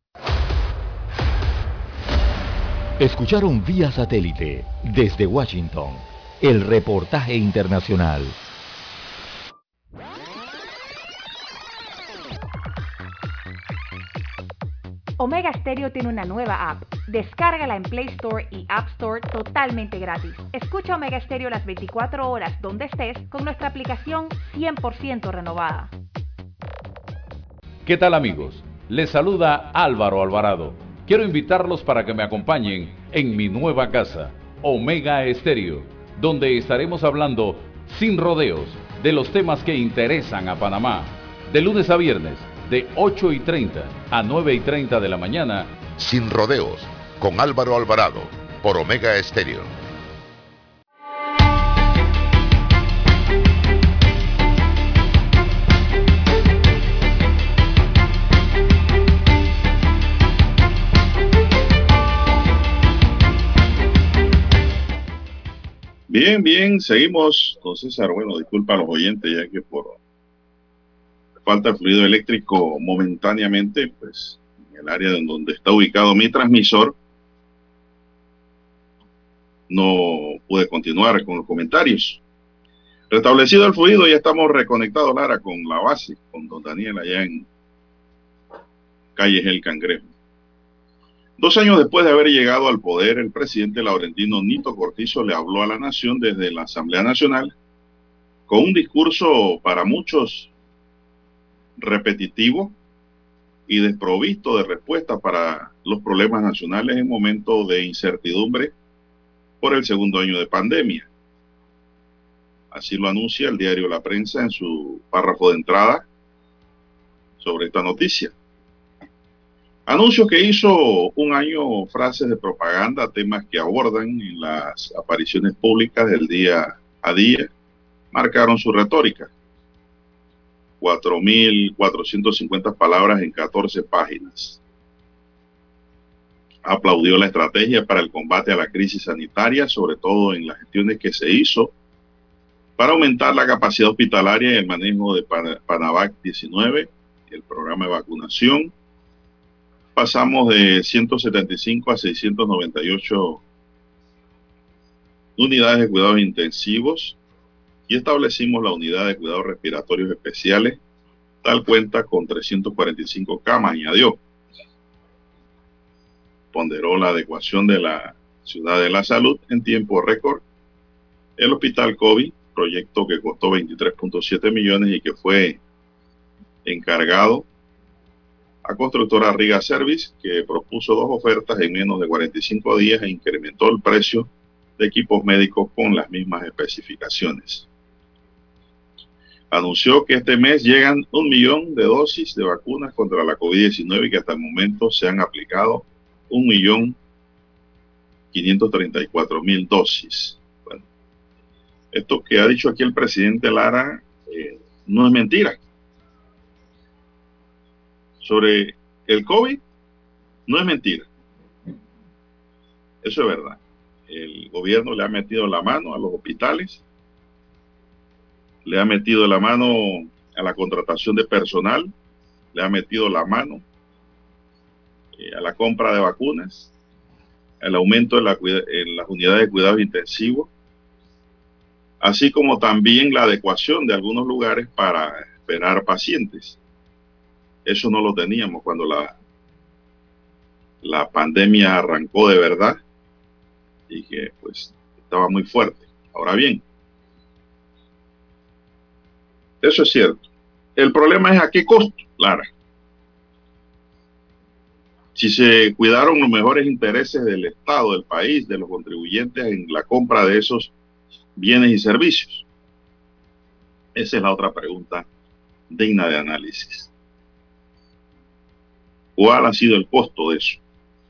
Escucharon vía satélite desde Washington el reportaje internacional. Omega Stereo tiene una nueva app. Descárgala en Play Store y App Store totalmente gratis. Escucha Omega Stereo las 24 horas donde estés con nuestra aplicación 100% renovada. ¿Qué tal, amigos? Les saluda Álvaro Alvarado. Quiero invitarlos para que me acompañen en mi nueva casa, Omega Stereo, donde estaremos hablando sin rodeos de los temas que interesan a Panamá, de lunes a viernes, de 8:30 a 9:30 de la mañana. Sin rodeos, con Álvaro Alvarado, por Omega Estéreo. Bien, bien, seguimos, don César. Bueno, disculpa a los oyentes, ya que por falta de fluido eléctrico momentáneamente, pues en el área donde está ubicado mi transmisor, no pude continuar con los comentarios. Restablecido el fluido, ya estamos reconectados, Lara, con la base, con don Daniel allá en Calles El Cangrejo. 2 años después de haber llegado al poder, el presidente Laurentino Nito Cortizo le habló a la nación desde la Asamblea Nacional con un discurso para muchos repetitivo y desprovisto de respuesta para los problemas nacionales en momentos de incertidumbre por el segundo año de pandemia. Así lo anuncia el diario La Prensa en su párrafo de entrada sobre esta noticia. Anuncios que hizo un año, frases de propaganda, temas que abordan en las apariciones públicas del día a día, marcaron su retórica. 4.450 palabras en 14 páginas. Aplaudió la estrategia para el combate a la crisis sanitaria, sobre todo en las gestiones que se hizo para aumentar la capacidad hospitalaria y el manejo de Panavac 19, el programa de vacunación. Pasamos de 175 a 698 unidades de cuidados intensivos y establecimos la unidad de cuidados respiratorios especiales, tal cuenta con 345 camas, añadió. Ponderó la adecuación de la Ciudad de la Salud en tiempo récord. El Hospital COVID, proyecto que costó 23.7 millones y que fue encargado a constructora Riga Service, que propuso 2 ofertas en menos de 45 días e incrementó el precio de equipos médicos con las mismas especificaciones. Anunció que este mes llegan 1 millón de dosis de vacunas contra la COVID-19 y que hasta el momento se han aplicado 1.534.000 dosis. Bueno, esto que ha dicho aquí el presidente Lara no es mentira. Sobre el COVID, no es mentira. Eso es verdad. El gobierno le ha metido la mano a los hospitales, le ha metido la mano a la contratación de personal, le ha metido la mano a la compra de vacunas, al aumento en las unidades de cuidados intensivos, así como también la adecuación de algunos lugares para esperar pacientes. Eso no lo teníamos cuando la pandemia arrancó de verdad y que pues estaba muy fuerte. Ahora bien, eso es cierto. El problema es a qué costo, Lara. Si se cuidaron los mejores intereses del Estado, del país, de los contribuyentes en la compra de esos bienes y servicios. Esa es la otra pregunta digna de análisis. ¿Cuál ha sido el costo de eso?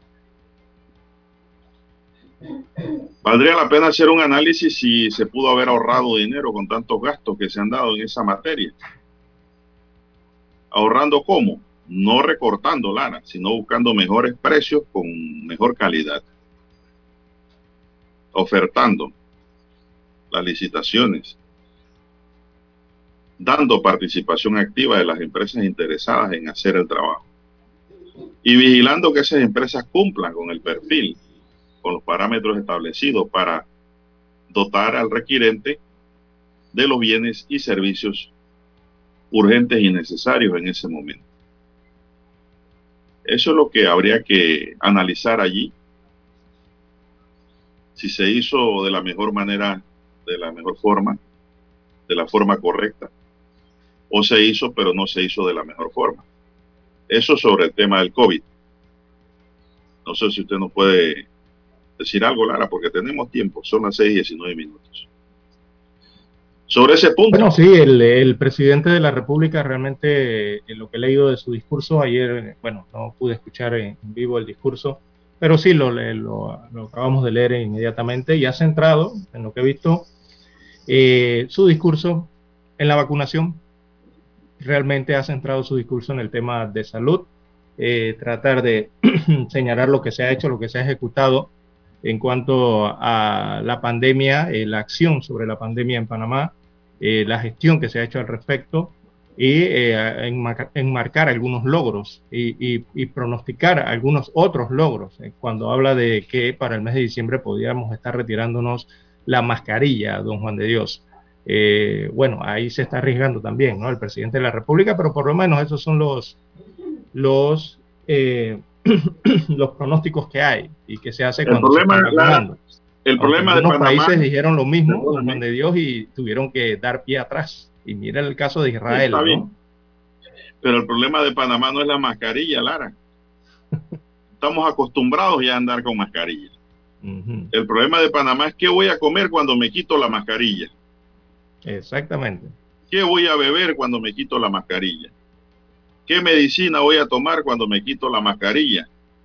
Valdría la pena hacer un análisis si se pudo haber ahorrado dinero con tantos gastos que se han dado en esa materia. ¿Ahorrando cómo? No recortando, Lara, sino buscando mejores precios con mejor calidad. ofertando las licitaciones, dando participación activa de las empresas interesadas en hacer el trabajo y vigilando que esas empresas cumplan con el perfil, con los parámetros establecidos para dotar al requirente de los bienes y servicios urgentes y necesarios en ese momento. Eso es lo que habría que analizar allí, si se hizo de la mejor manera, de la mejor forma, de la forma correcta, o se hizo pero no se hizo de la mejor forma. Eso sobre el tema del COVID. No sé si usted nos puede decir algo, Lara, porque tenemos tiempo, son las 6:19. Sobre ese punto. Bueno, sí, el presidente de la República realmente, en lo que he leído de su discurso ayer, bueno, no pude escuchar en vivo el discurso, pero sí lo acabamos de leer inmediatamente y ha centrado, en lo que he visto, su discurso en la vacunación. Realmente ha centrado su discurso en el tema de salud, tratar de señalar lo que se ha hecho, lo que se ha ejecutado en cuanto a la pandemia, la acción sobre la pandemia en Panamá, la gestión que se ha hecho al respecto y enmarcar algunos logros y pronosticar algunos otros logros. Cuando habla de que para el mes de diciembre podríamos estar retirándonos la mascarilla, don Juan de Dios. Bueno, ahí se está arriesgando también, ¿no? El presidente de la República, pero por lo menos esos son los pronósticos que hay y que se hace cuando se está vacunando. El problema de Panamá, países dijeron lo mismo, perdóname, Juan de Dios, y tuvieron que dar pie atrás. Y mira el caso de Israel, está bien, ¿no? pero el problema de Panamá no es la mascarilla, Lara. Estamos acostumbrados ya a andar con mascarilla. El problema de Panamá es qué voy a comer cuando me quito la mascarilla. Exactamente. ¿Qué voy a beber cuando me quito la mascarilla? ¿Qué medicina voy a tomar cuando me quito la mascarilla?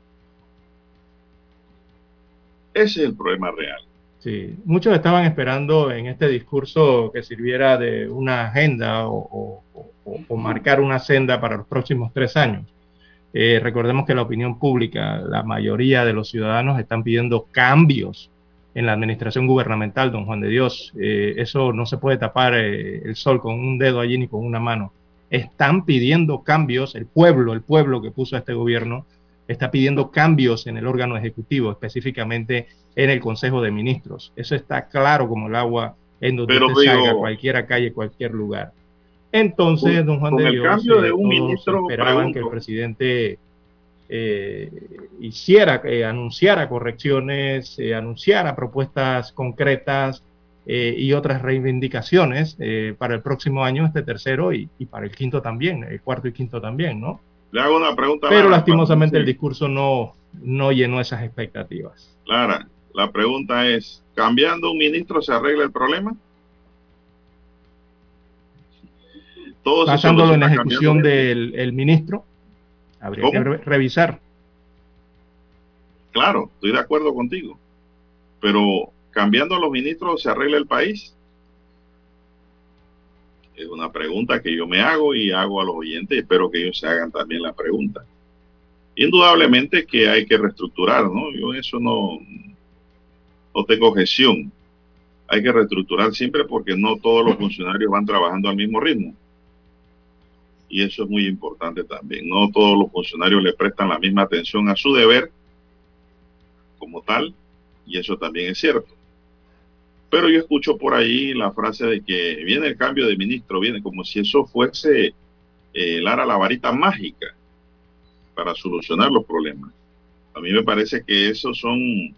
Ese es el problema real. Sí, muchos estaban esperando en este discurso que sirviera de una agenda o marcar una senda para los próximos 3 años. Recordemos que la opinión pública, la mayoría de los ciudadanos están pidiendo cambios en la administración gubernamental, don Juan de Dios. Eso no se puede tapar el sol con un dedo allí ni con una mano. Están pidiendo cambios, el pueblo que puso a este gobierno está pidiendo cambios en el órgano ejecutivo, específicamente en el Consejo de Ministros. Eso está claro como el agua en donde usted salga, cualquier calle, cualquier lugar. Entonces, don Juan de Dios, cambio de un todos ministro, esperaban que el presidente anunciara correcciones, anunciara propuestas concretas y otras reivindicaciones para el próximo año, este tercero, y para el quinto también, el cuarto y quinto también, ¿no? Le hago una pregunta. Pero lastimosamente el discurso no llenó esas expectativas. Clara, la pregunta es, ¿cambiando un ministro se arregla el problema? Basándolo en la ejecución del ministro, habría que revisar. Claro, estoy de acuerdo contigo. Pero cambiando a los ministros se arregla el país. Es una pregunta que yo me hago y hago a los oyentes y espero que ellos se hagan también la pregunta. Indudablemente que hay que reestructurar, ¿no? Yo en eso no tengo objeción. Hay que reestructurar siempre porque no todos los funcionarios van trabajando al mismo ritmo. Y eso es muy importante también. No todos los funcionarios le prestan la misma atención a su deber como tal, y eso también es cierto. Pero yo escucho por ahí la frase de que viene el cambio de ministro, viene como si eso fuese Lara, la varita mágica para solucionar los problemas. A mí me parece que esos son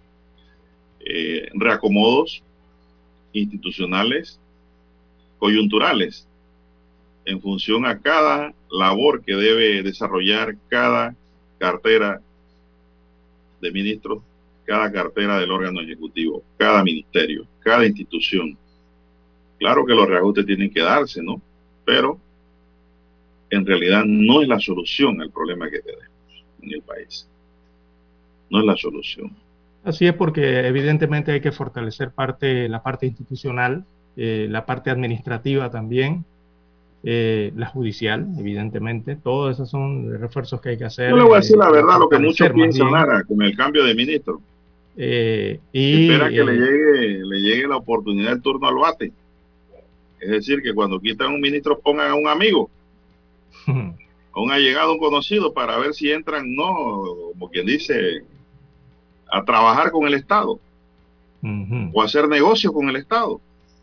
reacomodos institucionales coyunturales en función a cada labor que debe desarrollar cada cartera de ministros, cada cartera del órgano ejecutivo, cada ministerio, cada institución. Claro que los reajustes tienen que darse, ¿no? Pero en realidad no es la solución al problema que tenemos en el país. No es la solución. Así es, porque evidentemente hay que fortalecer la parte institucional, la parte administrativa también, la judicial, evidentemente. Todos esos son refuerzos que hay que hacer. Yo le voy a decir la verdad, lo que muchos piensan, Lara, con el cambio de ministro. Espera que le llegue la oportunidad del turno al bate. Es decir, que cuando quitan un ministro pongan a un amigo, a un allegado, un conocido, para ver si entran, no, como quien dice, a trabajar con el Estado o a hacer negocio con el Estado.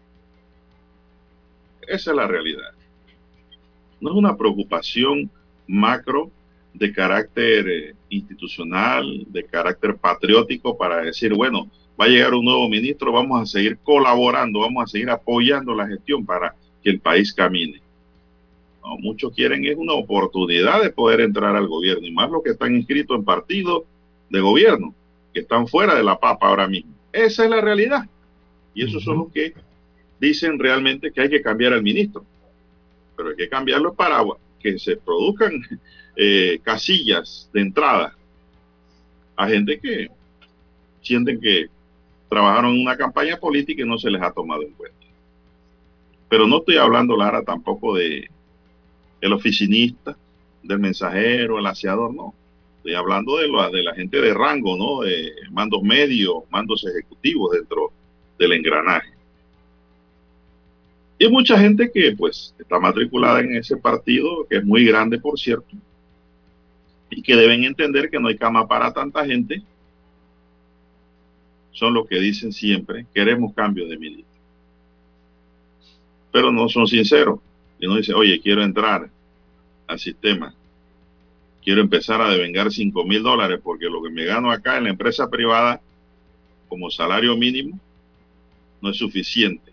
Esa es la realidad. No es una preocupación macro de carácter institucional, de carácter patriótico para decir, bueno, va a llegar un nuevo ministro, vamos a seguir colaborando, vamos a seguir apoyando la gestión para que el país camine. No, muchos quieren es una oportunidad de poder entrar al gobierno, y más los que están inscritos en partidos de gobierno, que están fuera de la papa ahora mismo. Esa es la realidad. Y esos son los que dicen realmente que hay que cambiar al ministro. Pero hay que cambiarlo para que se produzcan casillas de entrada a gente que sienten que trabajaron en una campaña política y no se les ha tomado en cuenta. Pero no estoy hablando, Lara, tampoco de el oficinista, del mensajero, el aseador, no. Estoy hablando de la gente de rango, ¿no? De mandos medios, mandos ejecutivos dentro del engranaje. Y mucha gente que pues está matriculada en ese partido, que es muy grande, por cierto, y que deben entender que no hay cama para tanta gente, son los que dicen siempre, queremos cambio de ministro. Pero no son sinceros. Y no dicen, oye, quiero entrar al sistema, quiero empezar a devengar $5,000 porque lo que me gano acá en la empresa privada como salario mínimo no es suficiente.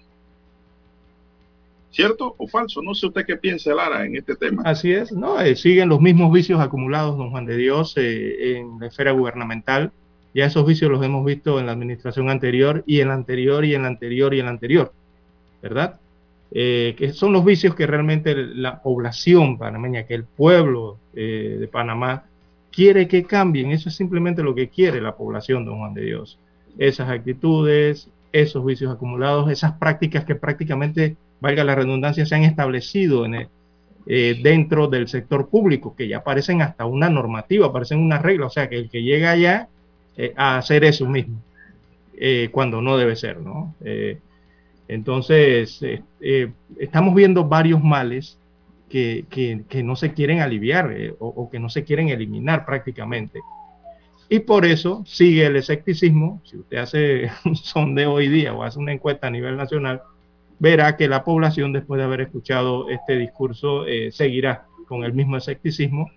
¿Cierto o falso? No sé usted qué piensa, Lara, en este tema. Así es, ¿no? Siguen los mismos vicios acumulados, don Juan de Dios, en la esfera gubernamental. Ya esos vicios los hemos visto en la administración anterior y en la anterior y en la anterior y en la anterior, ¿verdad? Que son los vicios que realmente la población panameña, que el pueblo de Panamá quiere que cambien. Eso es simplemente lo que quiere la población, don Juan de Dios. Esas actitudes, esos vicios acumulados, esas prácticas que prácticamente, valga la redundancia, se han establecido dentro del sector público, que ya parecen hasta una normativa, parecen una regla, o sea, que el que llega allá a hacer eso mismo, cuando no debe ser, ¿no? Entonces, estamos viendo varios males que no se quieren aliviar o que no se quieren eliminar prácticamente. Y por eso sigue el escepticismo. Si usted hace un sondeo hoy día o hace una encuesta a nivel nacional, verá que la población, después de haber escuchado este discurso, seguirá con el mismo escepticismo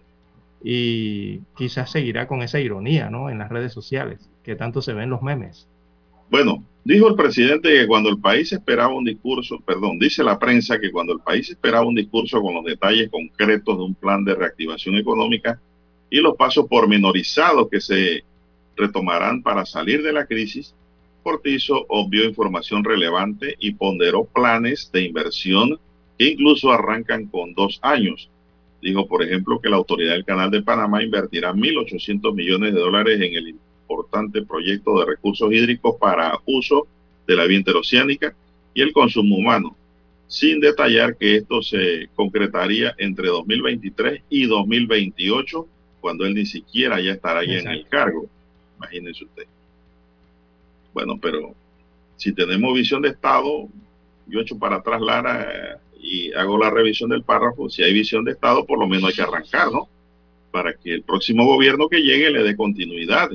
y quizás seguirá con esa ironía, ¿no? En las redes sociales, que tanto se ven los memes. Bueno, dijo el presidente que cuando el país esperaba un discurso, perdón, dice la prensa que cuando el país esperaba un discurso con los detalles concretos de un plan de reactivación económica y los pasos pormenorizados que se retomarán para salir de la crisis, Cortizo obvió información relevante y ponderó planes de inversión que incluso arrancan con 2 años. Dijo, por ejemplo, que la Autoridad del Canal de Panamá invertirá $1.800 millones en el importante proyecto de recursos hídricos para uso de la vía interoceánica y el consumo humano, sin detallar que esto se concretaría entre 2023 y 2028, cuando él ni siquiera ya estará ya en el cargo. Imagínense usted. Bueno, pero si tenemos visión de Estado, yo echo para atrás, Lara, y hago la revisión del párrafo. Si hay visión de Estado, por lo menos hay que arrancar, ¿no? Para que el próximo gobierno que llegue le dé continuidad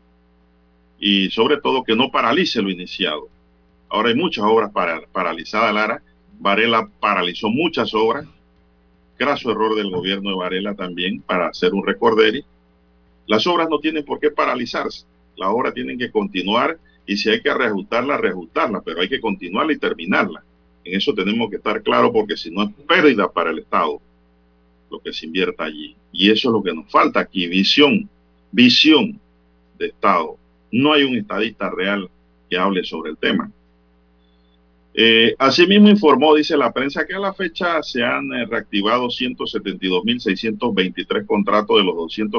y sobre todo que no paralice lo iniciado. Ahora hay muchas obras paralizadas, Lara. Varela paralizó muchas obras. Graso error del gobierno de Varela también para hacer un recorderi. Las obras no tienen por qué paralizarse. Las obras tienen que continuar y si hay que reajustarla, pero hay que continuarla y terminarla. En eso tenemos que estar claros porque si no es pérdida para el Estado lo que se invierta allí. Y eso es lo que nos falta aquí, visión de Estado. No hay un estadista real que hable sobre el tema. Asimismo informó, dice la prensa, que a la fecha se han reactivado 172.623 contratos de los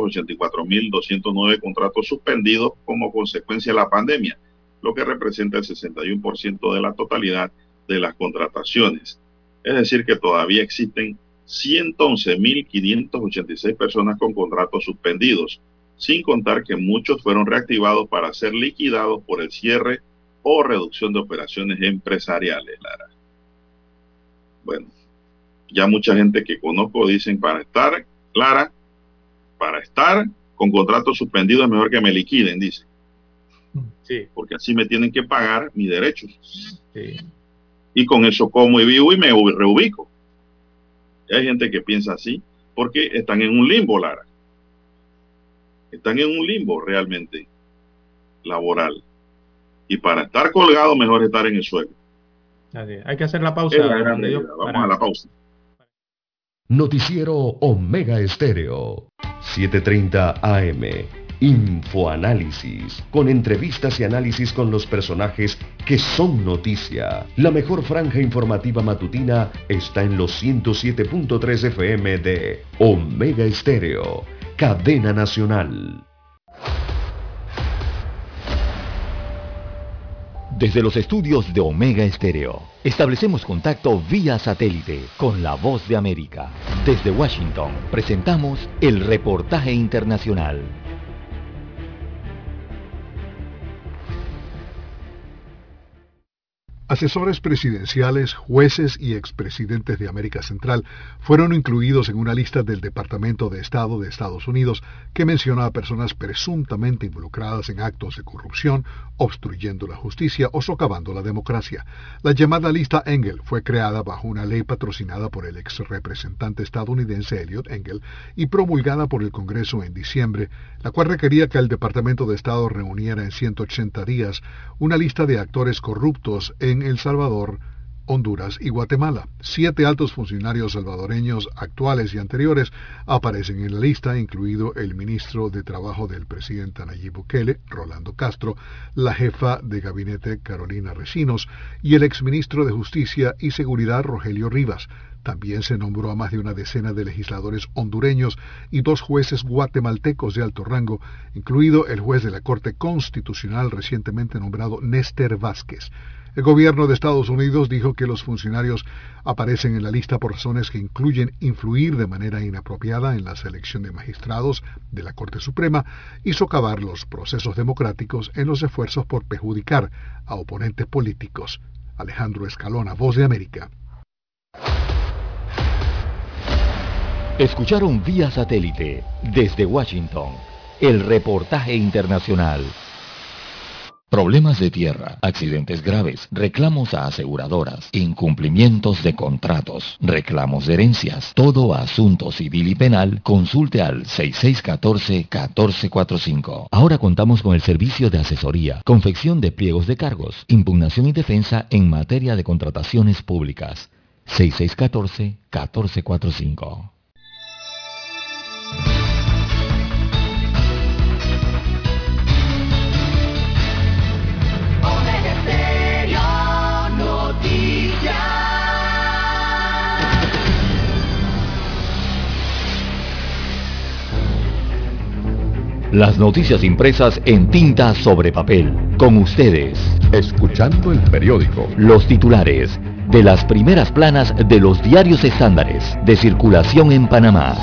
284.209 contratos suspendidos como consecuencia de la pandemia, lo que representa el 61% de la totalidad de las contrataciones. Es decir, que todavía existen 111.586 personas con contratos suspendidos, sin contar que muchos fueron reactivados para ser liquidados por el cierre o reducción de operaciones empresariales, Lara. Bueno, ya mucha gente que conozco dicen para estar, Lara, para estar con contrato suspendido es mejor que me liquiden, dice. Sí. Porque así me tienen que pagar mis derechos. Sí. Y con eso como y vivo y me reubico. Y hay gente que piensa así porque están en un limbo, Lara. Están en un limbo realmente laboral. Y para estar colgado, mejor estar en el suelo. Así, hay que hacer la pausa. Vamos a la pausa. Noticiero Omega Estéreo, 7:30 AM. Infoanálisis, con entrevistas y análisis con los personajes que son noticia. La mejor franja informativa matutina está en los 107.3 FM de Omega Estéreo, cadena nacional. Desde los estudios de Omega Estéreo, establecemos contacto vía satélite con la voz de América. Desde Washington, presentamos el reportaje internacional. Asesores presidenciales, jueces y expresidentes de América Central fueron incluidos en una lista del Departamento de Estado de Estados Unidos que menciona a personas presuntamente involucradas en actos de corrupción, obstruyendo la justicia o socavando la democracia. La llamada lista Engel fue creada bajo una ley patrocinada por el ex representante estadounidense Eliot Engel y promulgada por el Congreso en diciembre, la cual requería que el Departamento de Estado reuniera en 180 días una lista de actores corruptos en El Salvador, Honduras y Guatemala. 7 altos funcionarios salvadoreños actuales y anteriores aparecen en la lista, incluido el ministro de Trabajo del presidente Nayib Bukele, Rolando Castro, la jefa de gabinete Carolina Recinos y el exministro de Justicia y Seguridad Rogelio Rivas. También se nombró a más de una decena de legisladores hondureños y 2 jueces guatemaltecos de alto rango, incluido el juez de la Corte Constitucional recientemente nombrado Néstor Vázquez. El gobierno de Estados Unidos dijo que los funcionarios aparecen en la lista por razones que incluyen influir de manera inapropiada en la selección de magistrados de la Corte Suprema y socavar los procesos democráticos en los esfuerzos por perjudicar a oponentes políticos. Alejandro Escalona, Voz de América. Escucharon vía satélite desde Washington el reportaje internacional. Problemas de tierra, accidentes graves, reclamos a aseguradoras, incumplimientos de contratos, reclamos de herencias, todo asunto civil y penal, consulte al 6614-1445. Ahora contamos con el servicio de asesoría, confección de pliegos de cargos, impugnación y defensa en materia de contrataciones públicas. 6614-1445. Las noticias impresas en tinta sobre papel. Con ustedes. Escuchando el periódico. Los titulares de las primeras planas de los diarios estándares de circulación en Panamá.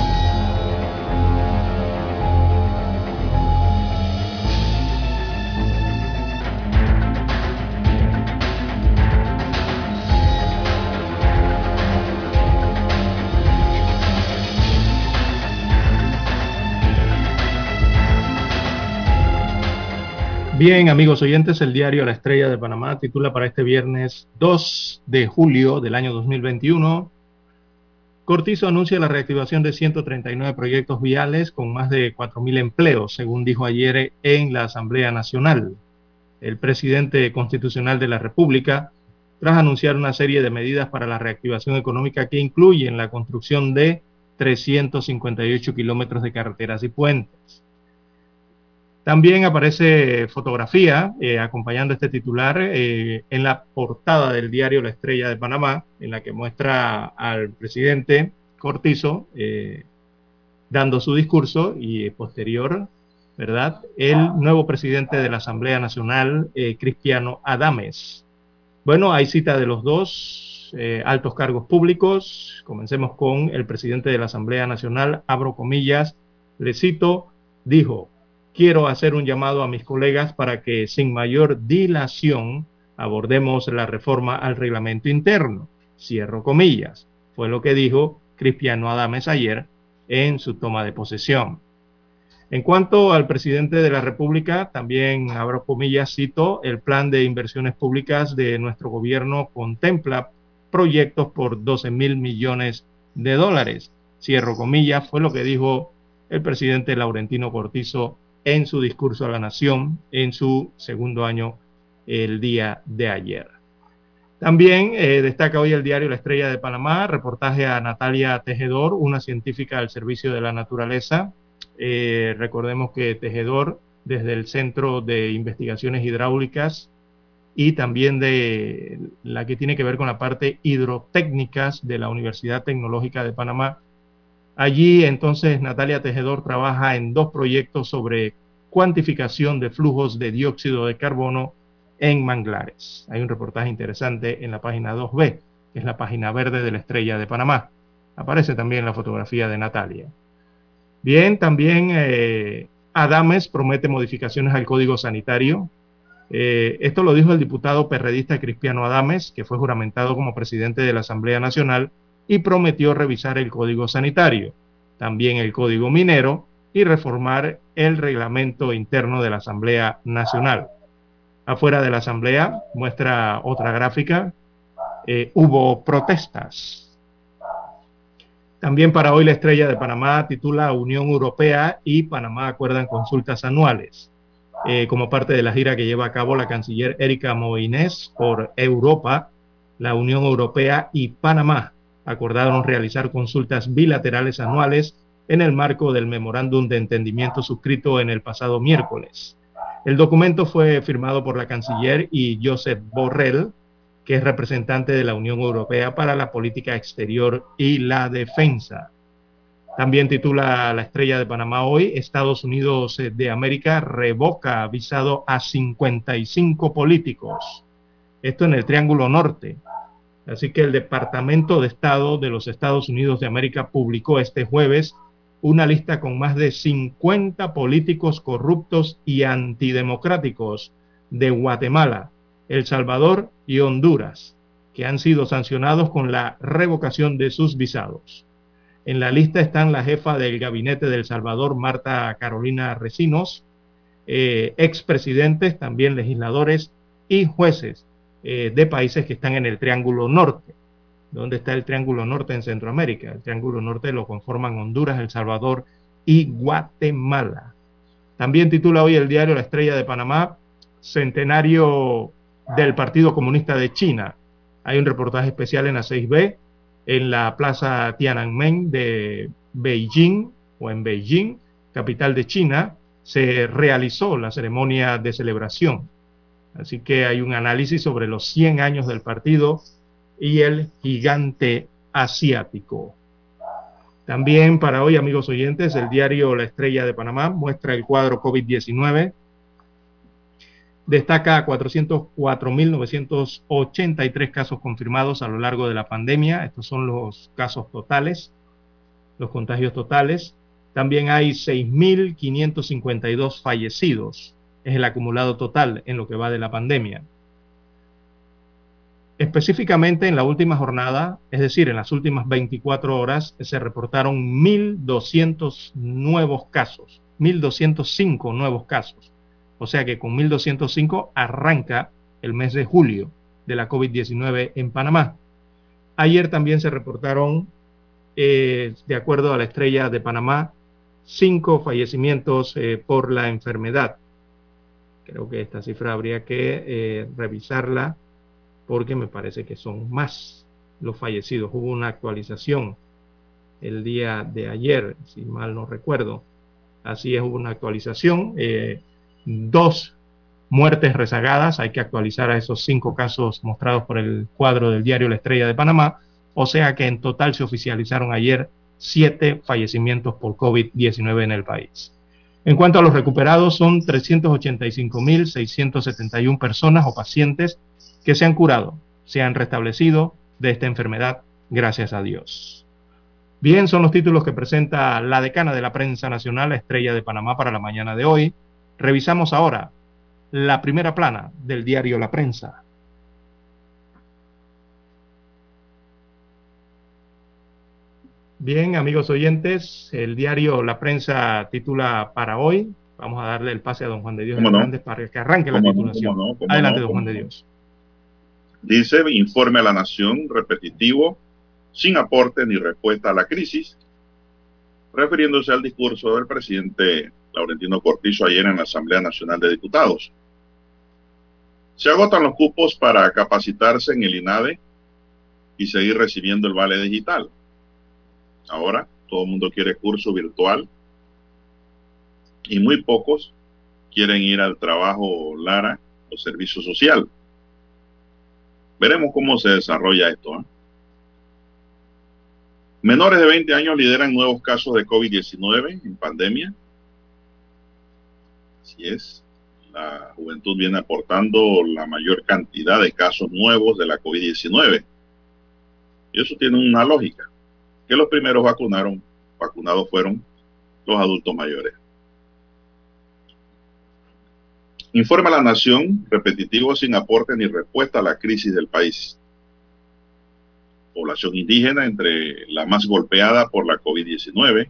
Bien, amigos oyentes, el diario La Estrella de Panamá titula para este viernes 2 de julio del año 2021, Cortizo anuncia la reactivación de 139 proyectos viales con más de 4.000 empleos, según dijo ayer en la Asamblea Nacional. El presidente constitucional de la República, tras anunciar una serie de medidas para la reactivación económica que incluyen la construcción de 358 kilómetros de carreteras y puentes. También aparece fotografía acompañando este titular en la portada del diario La Estrella de Panamá, en la que muestra al presidente Cortizo dando su discurso y posterior, ¿verdad?, el nuevo presidente de la Asamblea Nacional, Cristiano Adames. Bueno, hay cita de los dos altos cargos públicos. Comencemos con el presidente de la Asamblea Nacional, abro comillas, le cito, dijo: quiero hacer un llamado a mis colegas para que sin mayor dilación abordemos la reforma al reglamento interno. Cierro comillas. Fue lo que dijo Cristiano Adames ayer en su toma de posesión. En cuanto al presidente de la República, también abro comillas, cito, el plan de inversiones públicas de nuestro gobierno contempla proyectos por 12,000 millones de dólares. Cierro comillas, fue lo que dijo el presidente Laurentino Cortizo en su discurso a la nación en su segundo año el día de ayer. También destaca hoy el diario La Estrella de Panamá, reportaje a Natalia Tejedor, una científica al servicio de la naturaleza. Recordemos que Tejedor, desde el Centro de Investigaciones Hidráulicas y también de la que tiene que ver con la parte hidrotécnicas de la Universidad Tecnológica de Panamá. Allí entonces Natalia Tejedor trabaja en 2 proyectos sobre cuantificación de flujos de dióxido de carbono en manglares. Hay un reportaje interesante en la página 2B, que es la página verde de La Estrella de Panamá. Aparece también la fotografía de Natalia. Bien, también Adames promete modificaciones al Código Sanitario. Esto lo dijo el diputado perredista Cristiano Adames, que fue juramentado como presidente de la Asamblea Nacional y prometió revisar el Código Sanitario, también el Código Minero y reformar el reglamento interno de la Asamblea Nacional. Afuera de la Asamblea, muestra otra gráfica, hubo protestas. También para hoy La Estrella de Panamá titula Unión Europea y Panamá acuerdan consultas anuales. Como parte de la gira que lleva a cabo la canciller Erika Moines por Europa, la Unión Europea y Panamá acordaron realizar consultas bilaterales anuales en el marco del memorándum de entendimiento suscrito en el pasado miércoles. El documento fue firmado por la canciller y Josep Borrell, que es representante de la Unión Europea para la política exterior y la defensa. También titula La Estrella de Panamá hoy, Estados Unidos de América revoca visado a 55 políticos. Esto en el Triángulo Norte. Así que el Departamento de Estado de los Estados Unidos de América publicó este jueves una lista con más de 50 políticos corruptos y antidemocráticos de Guatemala, El Salvador y Honduras, que han sido sancionados con la revocación de sus visados. En la lista están la jefa del gabinete de El Salvador, Marta Carolina Recinos, expresidentes, también legisladores y jueces de países que están en el Triángulo Norte. ¿Dónde está el Triángulo Norte en Centroamérica? El Triángulo Norte lo conforman Honduras, El Salvador y Guatemala. También titula hoy el diario La Estrella de Panamá, centenario del Partido Comunista de China. Hay un reportaje especial en la 6B, en la plaza Tiananmen de Beijing, o en Beijing, capital de China, se realizó la ceremonia de celebración. Así que hay un análisis sobre los 100 años del partido y el gigante asiático. También para hoy, amigos oyentes, el diario La Estrella de Panamá muestra el cuadro COVID-19. Destaca 404.983 casos confirmados a lo largo de la pandemia. Estos son los casos totales, los contagios totales. También hay 6.552 fallecidos. Es el acumulado total en lo que va de la pandemia. Específicamente en la última jornada, es decir, en las últimas 24 horas, se reportaron 1.200 nuevos casos, 1.205 nuevos casos. O sea que con 1.205 arranca el mes de julio de la COVID-19 en Panamá. Ayer también se reportaron, de acuerdo a La Estrella de Panamá, 5 fallecimientos por la enfermedad. Creo que esta cifra habría que revisarla porque me parece que son más los fallecidos. Hubo una actualización el día de ayer, si mal no recuerdo. Así es, hubo una actualización. 2 muertes rezagadas. Hay que actualizar a esos 5 casos mostrados por el cuadro del diario La Estrella de Panamá. O sea que en total se oficializaron ayer 7 fallecimientos por COVID-19 en el país. En cuanto a los recuperados, son 385.671 personas o pacientes que se han curado, se han restablecido de esta enfermedad, gracias a Dios. Bien, son los títulos que presenta la decana de la prensa nacional, la Estrella de Panamá, para la mañana de hoy. Revisamos ahora la primera plana del diario La Prensa. Bien, amigos oyentes, el diario La Prensa titula para hoy. Vamos a darle el pase a don Juan de Dios ¿Cómo no? Hernández para que arranque la ¿Cómo no? titulación. ¿Cómo no? ¿Cómo Adelante, no? don Juan de ¿Cómo no? Dios. Dice, informe a la Nación repetitivo, sin aporte ni respuesta a la crisis, refiriéndose al discurso del presidente Laurentino Cortizo ayer en la Asamblea Nacional de Diputados. Se agotan los cupos para capacitarse en el INADE y seguir recibiendo el vale digital. Ahora todo el mundo quiere curso virtual y muy pocos quieren ir al trabajo Lara o servicio social. Veremos cómo se desarrolla esto, ¿eh? Menores de 20 años lideran nuevos casos de COVID-19 en pandemia. Así es, la juventud viene aportando la mayor cantidad de casos nuevos de la COVID-19. Y eso tiene una lógica, que los primeros vacunados fueron los adultos mayores. Informa la Nación, repetitivo sin aporte ni respuesta a la crisis del país. Población indígena entre la más golpeada por la COVID-19.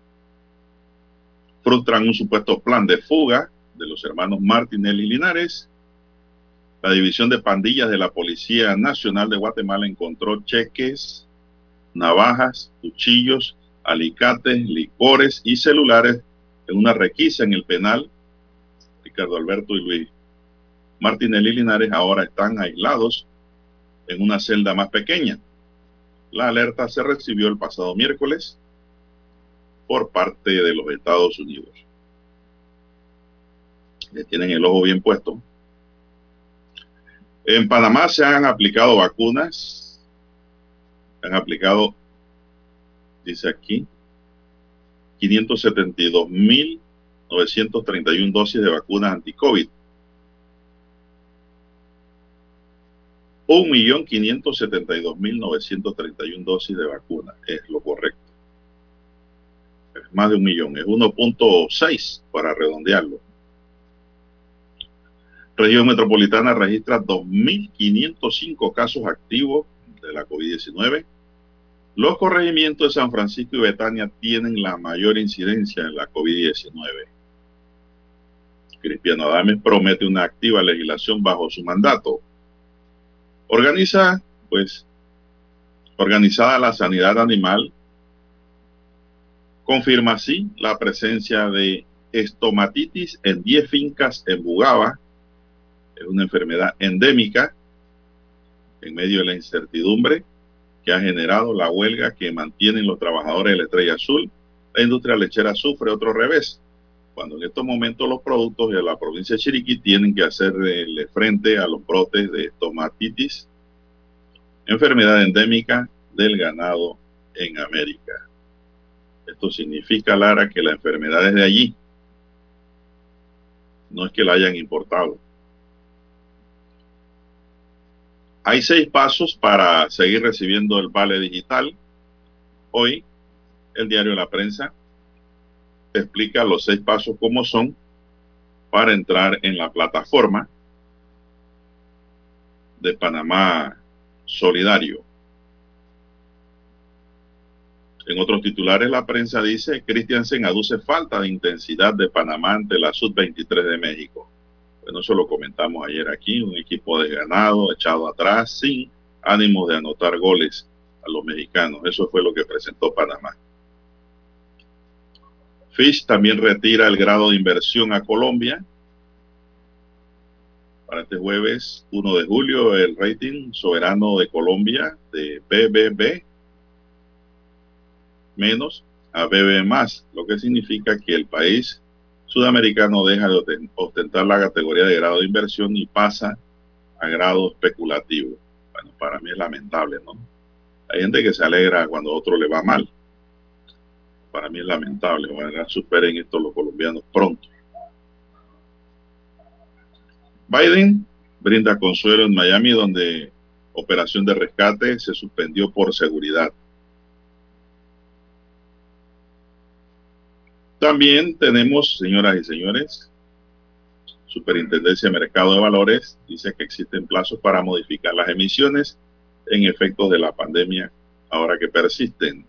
Frustran un supuesto plan de fuga de los hermanos Martinelli y Linares. La División de Pandillas de la Policía Nacional de Guatemala encontró cheques, navajas, cuchillos, alicates, licores y celulares en una requisa en el penal. Ricardo Alberto y Luis Martinelli y Linares ahora están aislados en una celda más pequeña. La alerta se recibió el pasado miércoles por parte de los Estados Unidos. Le tienen el ojo bien puesto. En Panamá se han aplicado vacunas. Se han aplicado, dice aquí, 572.931 dosis de vacunas anti-COVID. 1.572.931 dosis de vacuna es lo correcto. Es más de 1 millón, es 1.6 para redondearlo. Región metropolitana registra 2.505 casos activos de la COVID-19. Los corregimientos de San Francisco y Betania tienen la mayor incidencia en la COVID-19. Cristiano Adames promete una activa legislación bajo su mandato. Organizada la sanidad animal, confirma así la presencia de estomatitis en 10 fincas en Bugaba. Es una enfermedad endémica en medio de la incertidumbre que ha generado la huelga que mantienen los trabajadores de la Estrella Azul. La industria lechera sufre otro revés, cuando en estos momentos los productos de la provincia de Chiriquí tienen que hacerle frente a los brotes de estomatitis, enfermedad endémica del ganado en América. Esto significa, Lara, que la enfermedad es de allí, no es que la hayan importado. Hay 6 pasos para seguir recibiendo el vale digital. Hoy, el diario La Prensa explica los 6 pasos como son para entrar en la plataforma de Panamá Solidario. En otros titulares, la prensa dice: Christiansen aduce falta de intensidad de Panamá ante la Sub-23 de México. Bueno, eso lo comentamos ayer aquí, un equipo desganado, echado atrás, sin ánimos de anotar goles a los mexicanos. Eso fue lo que presentó Panamá. Fitch también retira el grado de inversión a Colombia. Para este jueves 1 de julio, el rating soberano de Colombia de BBB menos a BB más, lo que significa que el país sudamericano deja de ostentar la categoría de grado de inversión y pasa a grado especulativo. Bueno, para mí es lamentable, ¿no? Hay gente que se alegra cuando a otro le va mal. Para mí es lamentable. Ojalá superen esto los colombianos pronto. Biden brinda consuelo en Miami, donde operación de rescate se suspendió por seguridad. También tenemos, señoras y señores, Superintendencia de Mercado de Valores dice que existen plazos para modificar las emisiones en efectos de la pandemia ahora que persisten.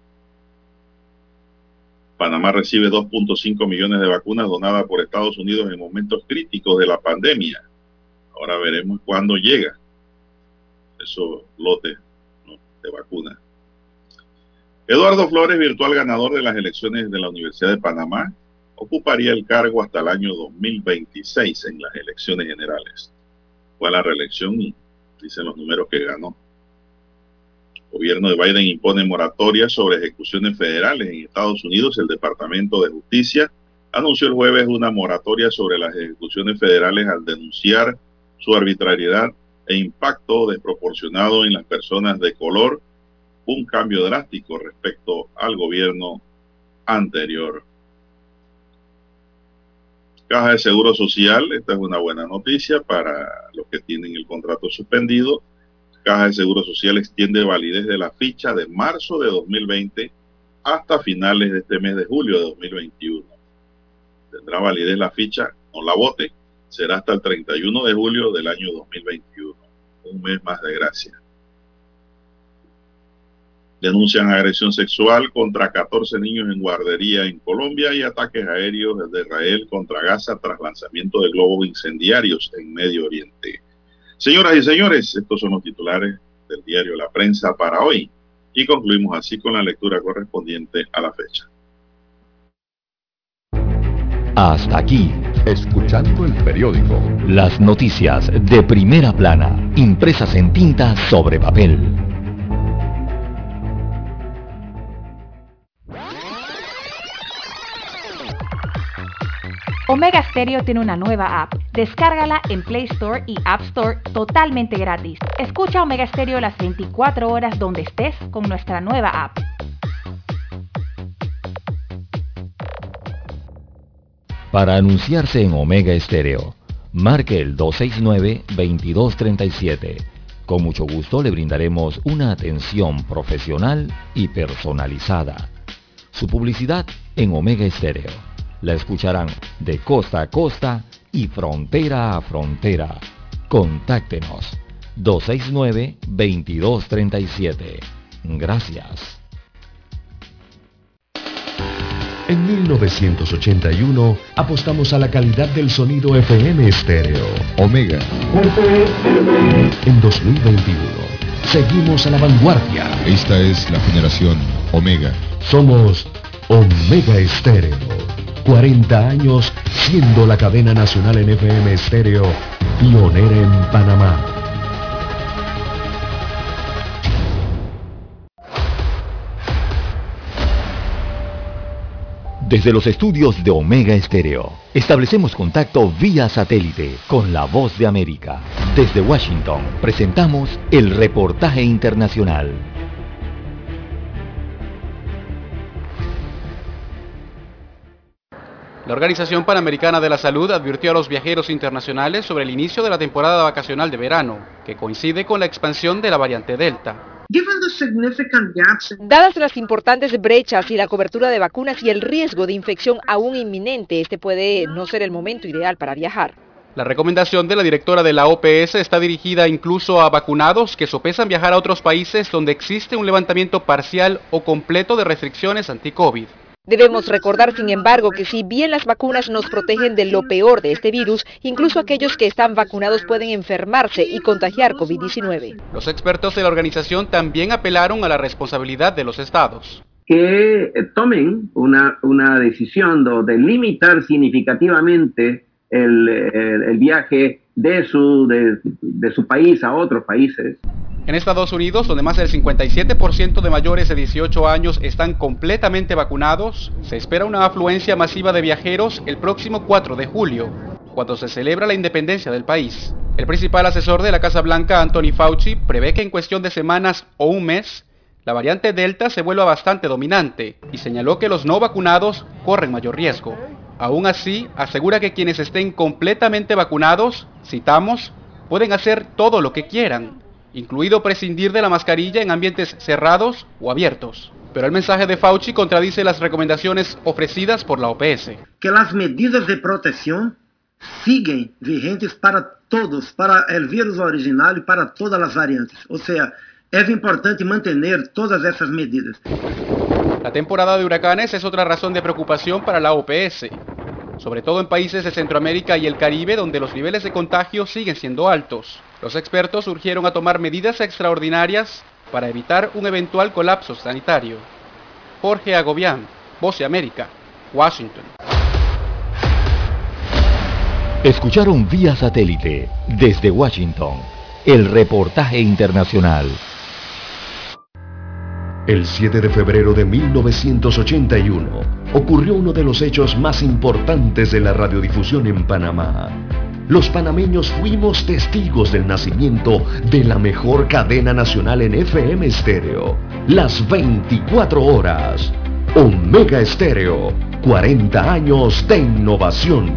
Panamá recibe 2.5 millones de vacunas donadas por Estados Unidos en momentos críticos de la pandemia. Ahora veremos cuándo llega esos lotes, ¿no?, de vacunas. Eduardo Flores, virtual ganador de las elecciones de la Universidad de Panamá, ocuparía el cargo hasta el año 2026 en las elecciones generales. Fue a la reelección y dicen los números que ganó. El gobierno de Biden impone moratoria sobre ejecuciones federales en Estados Unidos. El Departamento de Justicia anunció el jueves una moratoria sobre las ejecuciones federales al denunciar su arbitrariedad e impacto desproporcionado en las personas de color, un cambio drástico respecto al gobierno anterior. Caja de Seguro Social, esta es una buena noticia para los que tienen el contrato suspendido. Caja de Seguro Social extiende validez de la ficha de marzo de 2020 hasta finales de este mes de julio de 2021. Tendrá validez la ficha, no la bote, será hasta el 31 de julio del año 2021. Un mes más de gracia. Denuncian agresión sexual contra 14 niños en guardería en Colombia y ataques aéreos de Israel contra Gaza tras lanzamiento de globos incendiarios en Medio Oriente. Señoras y señores, estos son los titulares del diario La Prensa para hoy y concluimos así con la lectura correspondiente a la fecha. Hasta aquí, Escuchando el periódico. las noticias de primera plana, impresas en tinta sobre papel. Omega Stereo tiene una nueva app. Descárgala en Play Store y App Store totalmente gratis. Escucha Omega Stereo las 24 horas donde estés con nuestra nueva app. Para anunciarse en Omega Estéreo, marque el 269-2237. Con mucho gusto le brindaremos una atención profesional y personalizada. Su publicidad en Omega Estéreo. La escucharán de costa a costa y frontera a frontera. Contáctenos 269-2237. Gracias. En 1981 apostamos a la calidad del sonido FM estéreo. Omega. En 2021 seguimos a la vanguardia. Esta es la generación Omega. Somos Omega Estéreo. 40 años siendo la cadena nacional en FM estéreo, pionera en Panamá. Desde los estudios de Omega Estéreo, establecemos contacto vía satélite con la Voz de América. Desde Washington, presentamos el reportaje internacional. La Organización Panamericana de la Salud advirtió a los viajeros internacionales sobre el inicio de la temporada vacacional de verano, que coincide con la expansión de la variante Delta. Dadas las importantes brechas y la cobertura de vacunas y el riesgo de infección aún inminente, este puede no ser el momento ideal para viajar. La recomendación de la directora de la OPS está dirigida incluso a vacunados que sopesan viajar a otros países donde existe un levantamiento parcial o completo de restricciones anti-COVID. Debemos recordar, sin embargo, que si bien las vacunas nos protegen de lo peor de este virus, incluso aquellos que están vacunados pueden enfermarse y contagiar COVID-19. Los expertos de la organización también apelaron a la responsabilidad de los estados. Que tomen una decisión de limitar significativamente el viaje de su país a otros países. En Estados Unidos, donde más del 57% de mayores de 18 años están completamente vacunados, se espera una afluencia masiva de viajeros el próximo 4 de julio, cuando se celebra la independencia del país. El principal asesor de la Casa Blanca, Anthony Fauci, prevé que en cuestión de semanas o un mes, la variante Delta se vuelva bastante dominante y señaló que los no vacunados corren mayor riesgo. Aún así, asegura que quienes estén completamente vacunados, citamos, pueden hacer todo lo que quieran, incluido prescindir de la mascarilla en ambientes cerrados o abiertos. Pero el mensaje de Fauci contradice las recomendaciones ofrecidas por la OPS. Que las medidas de protección siguen vigentes para todos, para el virus original y para todas las variantes. O sea, es importante mantener todas esas medidas. La temporada de huracanes es otra razón de preocupación para la OPS, sobre todo en países de Centroamérica y el Caribe, donde los niveles de contagio siguen siendo altos. Los expertos urgieron a tomar medidas extraordinarias para evitar un eventual colapso sanitario. Jorge Agobián, Voz de América, Washington. Escucharon vía satélite desde Washington el reportaje internacional. El 7 de febrero de 1981 ocurrió uno de los hechos más importantes de la radiodifusión en Panamá. Los panameños fuimos testigos del nacimiento de la mejor cadena nacional en FM estéreo, las 24 horas. Omega Estéreo, 40 años de innovación.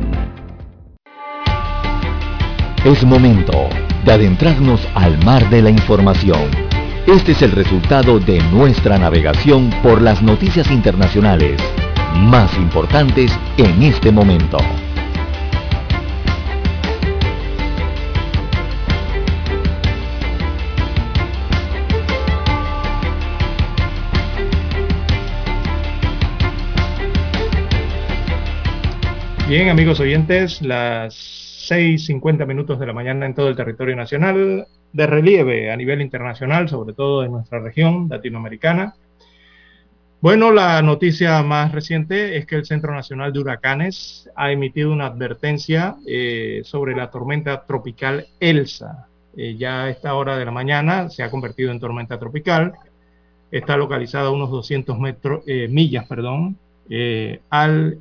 Es momento de adentrarnos al mar de la información. Este es el resultado de nuestra navegación por las noticias internacionales más importantes en este momento. Bien, amigos oyentes, las 6:50 minutos de la mañana en todo el territorio nacional, de relieve a nivel internacional, sobre todo en nuestra región latinoamericana. Bueno, la noticia más reciente es que el Centro Nacional de Huracanes ha emitido una advertencia sobre la tormenta tropical Elsa. Ya a esta hora de la mañana se ha convertido en tormenta tropical. Está localizada a unos 200 millas, al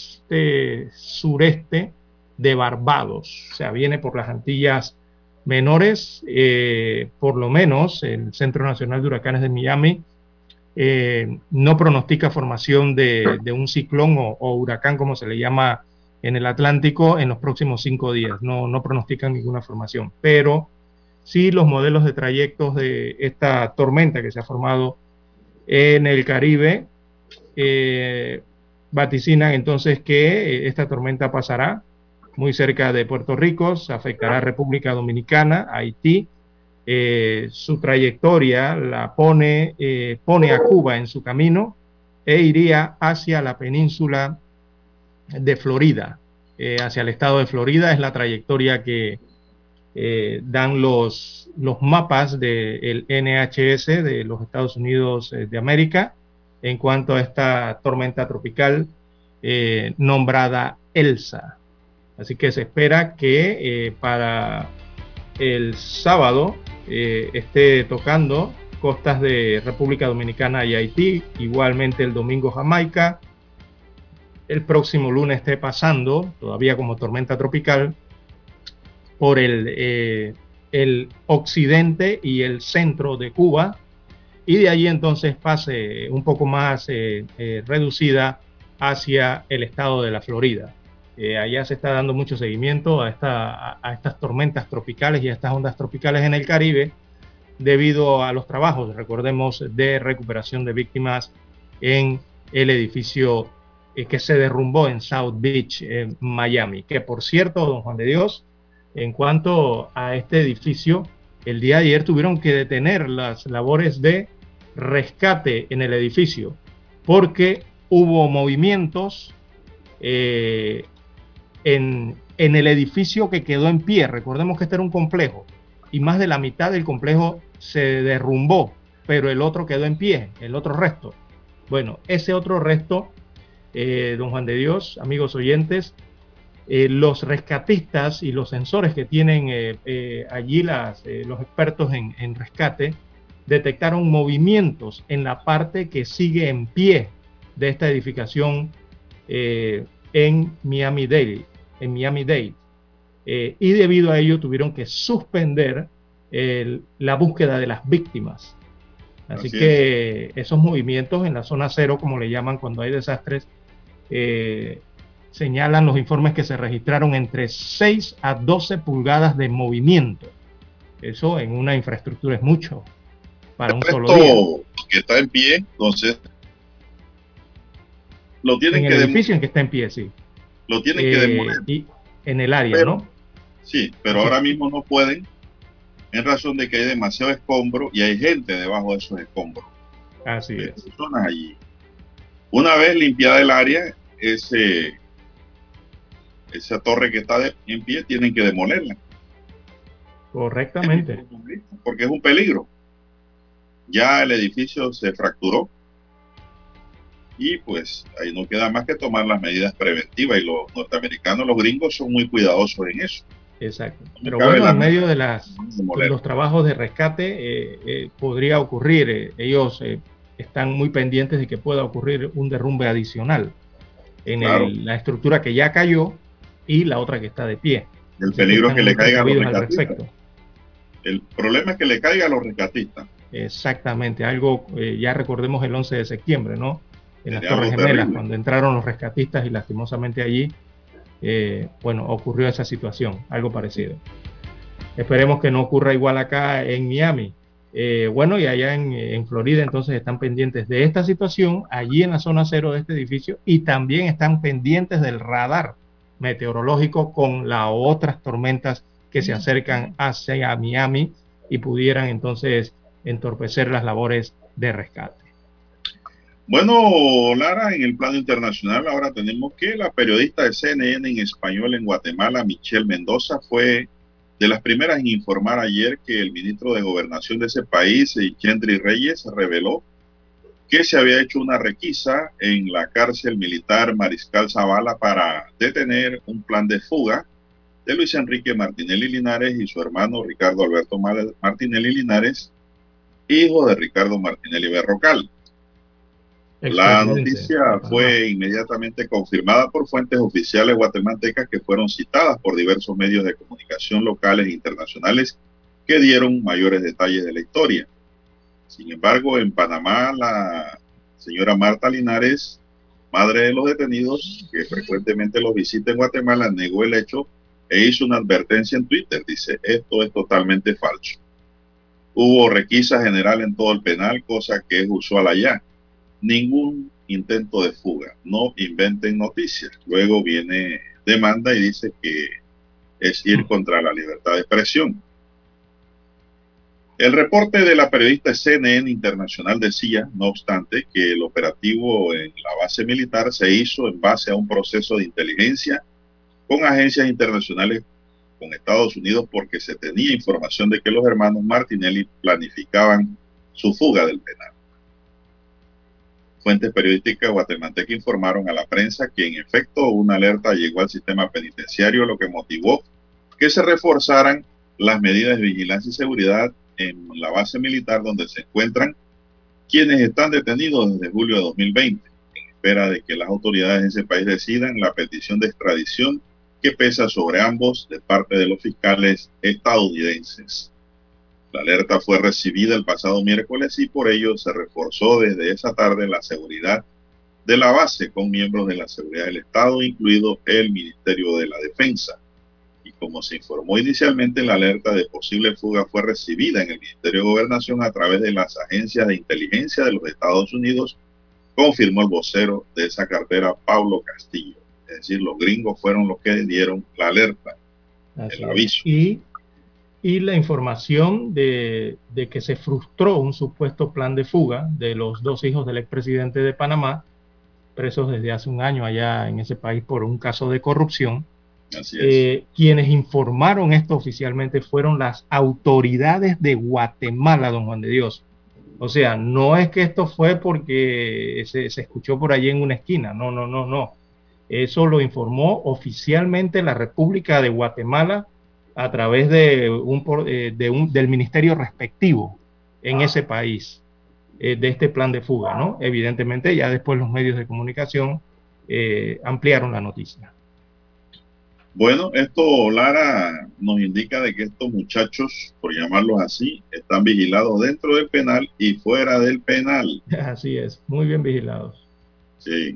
sureste de Barbados. O sea, viene por las Antillas Menores. Por lo menos el Centro Nacional de Huracanes de Miami no pronostica formación de un ciclón o huracán, como se le llama en el Atlántico, en los próximos 5 días. No pronostican ninguna formación, pero sí los modelos de trayectos de esta tormenta que se ha formado en el Caribe vaticinan entonces que esta tormenta pasará muy cerca de Puerto Rico, se afectará a República Dominicana, Haití. Su trayectoria la pone a Cuba en su camino e iría hacia la península de Florida, hacia el estado de Florida. Es la trayectoria que dan los mapas del NHS de los Estados Unidos de América en cuanto a esta tormenta tropical nombrada Elsa. Así que se espera que para el sábado esté tocando costas de República Dominicana y Haití, igualmente el domingo Jamaica, el próximo lunes esté pasando, todavía como tormenta tropical, por el occidente y el centro de Cuba, y de allí entonces pase un poco más reducida hacia el estado de la Florida. Allá se está dando mucho seguimiento a estas tormentas tropicales y a estas ondas tropicales en el Caribe debido a los trabajos, recordemos, de recuperación de víctimas en el edificio que se derrumbó en South Beach, en Miami. Que por cierto, don Juan de Dios, en cuanto a este edificio, el día de ayer tuvieron que detener las labores de rescate en el edificio porque hubo movimientos en el edificio que quedó en pie. Recordemos que este era un complejo y más de la mitad del complejo se derrumbó, pero el otro quedó en pie, el otro resto. Bueno, ese otro resto, don Juan de Dios, amigos oyentes, los rescatistas y los sensores que tienen allí los expertos en rescate detectaron movimientos en la parte que sigue en pie de esta edificación en Miami-Dade. Y debido a ello tuvieron que suspender la búsqueda de las víctimas. Así que esos movimientos en la zona cero, como le llaman cuando hay desastres, señalan los informes que se registraron entre 6 a 12 pulgadas de movimiento Eso en una infraestructura es mucho para un solo día. Esto que está en pie, entonces lo tienen En que el edificio en que está en pie, sí. lo tienen que demoler. Y en el área, Pero, ¿no? sí, pero Sí. ahora mismo no pueden en razón de que hay demasiado escombro y hay gente debajo de esos escombros. Así Hay es. personas allí. Una vez limpiada el área, esa torre que está en pie, tienen que demolerla. Correctamente. Porque es un peligro. Ya el edificio se fracturó y pues ahí no queda más que tomar las medidas preventivas y los norteamericanos, los gringos son muy cuidadosos en eso. Exacto. No Pero cabe bueno, la en medio de demoler. los trabajos de rescate podría ocurrir. Ellos están muy pendientes de que pueda ocurrir un derrumbe adicional en Claro. la estructura que ya cayó y la otra que está de pie. El Así que peligro es están que muy le caiga a los precavidos al rescatistas. respecto. El problema es que le caiga a los rescatistas. Exactamente, algo, ya recordemos el 11 de septiembre, ¿no? En las Sería Torres algo Gemelas, terrible. cuando entraron los rescatistas y lastimosamente allí, bueno, ocurrió esa situación, algo parecido. Esperemos que no ocurra igual acá en Miami. Bueno, y allá en Florida entonces están pendientes de esta situación, allí en la zona cero de este edificio, y también están pendientes del radar meteorológico con las otras tormentas que se acercan hacia Miami y pudieran entonces entorpecer las labores de rescate. Bueno, Lara, en el plano internacional ahora tenemos que la periodista de CNN en español en Guatemala, Michelle Mendoza, fue de las primeras en informar ayer que el ministro de Gobernación de ese país, Gendry Reyes, reveló que se había hecho una requisa en la cárcel militar Mariscal Zavala para detener un plan de fuga de Luis Enrique Martinelli Linares y su hermano Ricardo Alberto Martinelli Linares, hijo de Ricardo Martinelli Berrocal. La noticia fue inmediatamente confirmada por fuentes oficiales guatemaltecas que fueron citadas por diversos medios de comunicación locales e internacionales que dieron mayores detalles de la historia. Sin embargo, en Panamá, la señora Marta Linares, madre de los detenidos, que frecuentemente los visita en Guatemala, negó el hecho e hizo una advertencia en Twitter. Dice, esto es totalmente falso. Hubo requisa general en todo el penal, cosa que es usual allá. Ningún intento de fuga, no inventen noticias. Luego viene demanda y dice que es ir contra la libertad de expresión. El reporte de la periodista CNN Internacional decía, no obstante, que el operativo en la base militar se hizo en base a un proceso de inteligencia con agencias internacionales con Estados Unidos porque se tenía información de que los hermanos Martinelli planificaban su fuga del penal. Fuentes periodísticas guatemaltecas informaron a la prensa que en efecto una alerta llegó al sistema penitenciario, lo que motivó que se reforzaran las medidas de vigilancia y seguridad en la base militar donde se encuentran quienes están detenidos desde julio de 2020, en espera de que las autoridades de ese país decidan la petición de extradición que pesa sobre ambos de parte de los fiscales estadounidenses. La alerta fue recibida el pasado miércoles y por ello se reforzó desde esa tarde la seguridad de la base con miembros de la seguridad del Estado, incluido el Ministerio de la Defensa. Y como se informó inicialmente, la alerta de posible fuga fue recibida en el Ministerio de Gobernación a través de las agencias de inteligencia de los Estados Unidos, confirmó el vocero de esa cartera, Pablo Castillo. Es decir, los gringos fueron los que dieron la alerta, el aviso. Y la información de que se frustró un supuesto plan de fuga de los dos hijos del expresidente de Panamá, presos desde hace un año allá en ese país por un caso de corrupción. Así es. Quienes informaron esto oficialmente fueron las autoridades de Guatemala, don Juan de Dios. O sea, no es que esto fue porque se escuchó por allí en una esquina, no. Eso lo informó oficialmente la República de Guatemala a través de del ministerio respectivo en ese país, de este plan de fuga, ¿no? Evidentemente ya después los medios de comunicación ampliaron la noticia. Bueno, esto, Lara, nos indica de que estos muchachos, por llamarlos así, están vigilados dentro del penal y fuera del penal. Así es, muy bien vigilados. Sí.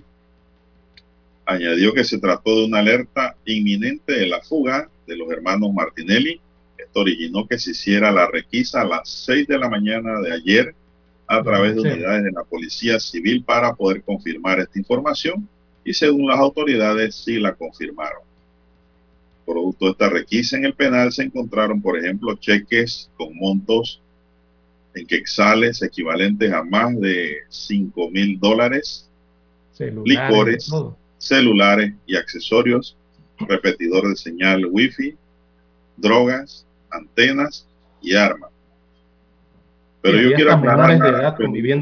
Añadió que se trató de una alerta inminente de la fuga de los hermanos Martinelli. Esto originó que se hiciera la requisa a las 6 de la mañana de ayer a través de unidades de la Policía Civil para poder confirmar esta información, y según las autoridades sí la confirmaron. Producto de esta requisa en el penal se encontraron, por ejemplo, cheques con montos en quetzales equivalentes a más de $5,000, licores, celulares y accesorios, repetidor de señal wifi, drogas, antenas y armas. Pero yo quiero aclarar, Lara,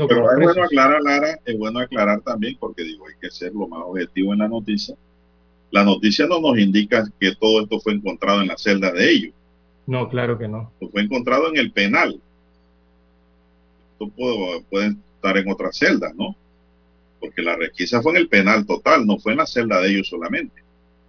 es bueno aclarar también, porque digo, hay que ser lo más objetivo en la noticia. La noticia no nos indica que todo esto fue encontrado en la celda de ellos. No, claro que no. Esto fue encontrado en el penal. Esto puede estar en otras celdas, ¿no? Porque la requisa fue en el penal total, no fue en la celda de ellos solamente.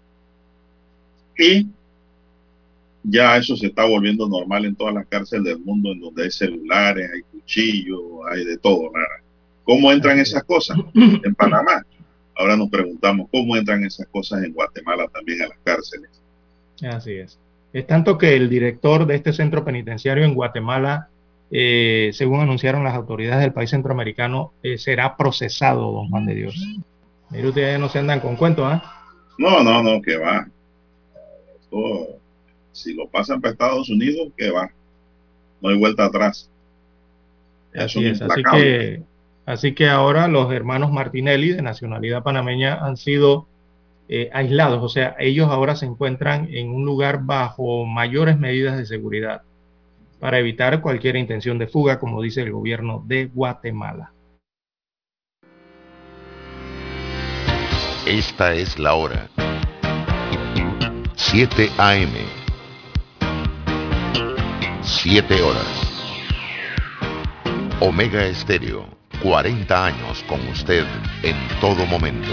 Y ya eso se está volviendo normal en todas las cárceles del mundo, en donde hay celulares, hay cuchillos, hay de todo, Lara. ¿Cómo entran esas cosas en Panamá? Ahora nos preguntamos cómo entran esas cosas en Guatemala también a las cárceles. Así es. Es tanto que el director de este centro penitenciario en Guatemala, según anunciaron las autoridades del país centroamericano, será procesado, don Juan de Dios. Mire, ustedes no se andan con cuentos, ¿ah? No, que va. Esto, si lo pasan para Estados Unidos, que va. No hay vuelta atrás. Así es, así que ahora los hermanos Martinelli, de nacionalidad panameña, han sido aislados. O sea, ellos ahora se encuentran en un lugar bajo mayores medidas de seguridad para evitar cualquier intención de fuga, como dice el gobierno de Guatemala. Esta es la hora. 7 a.m. 7 horas. Omega Estéreo, 40 años con usted en todo momento.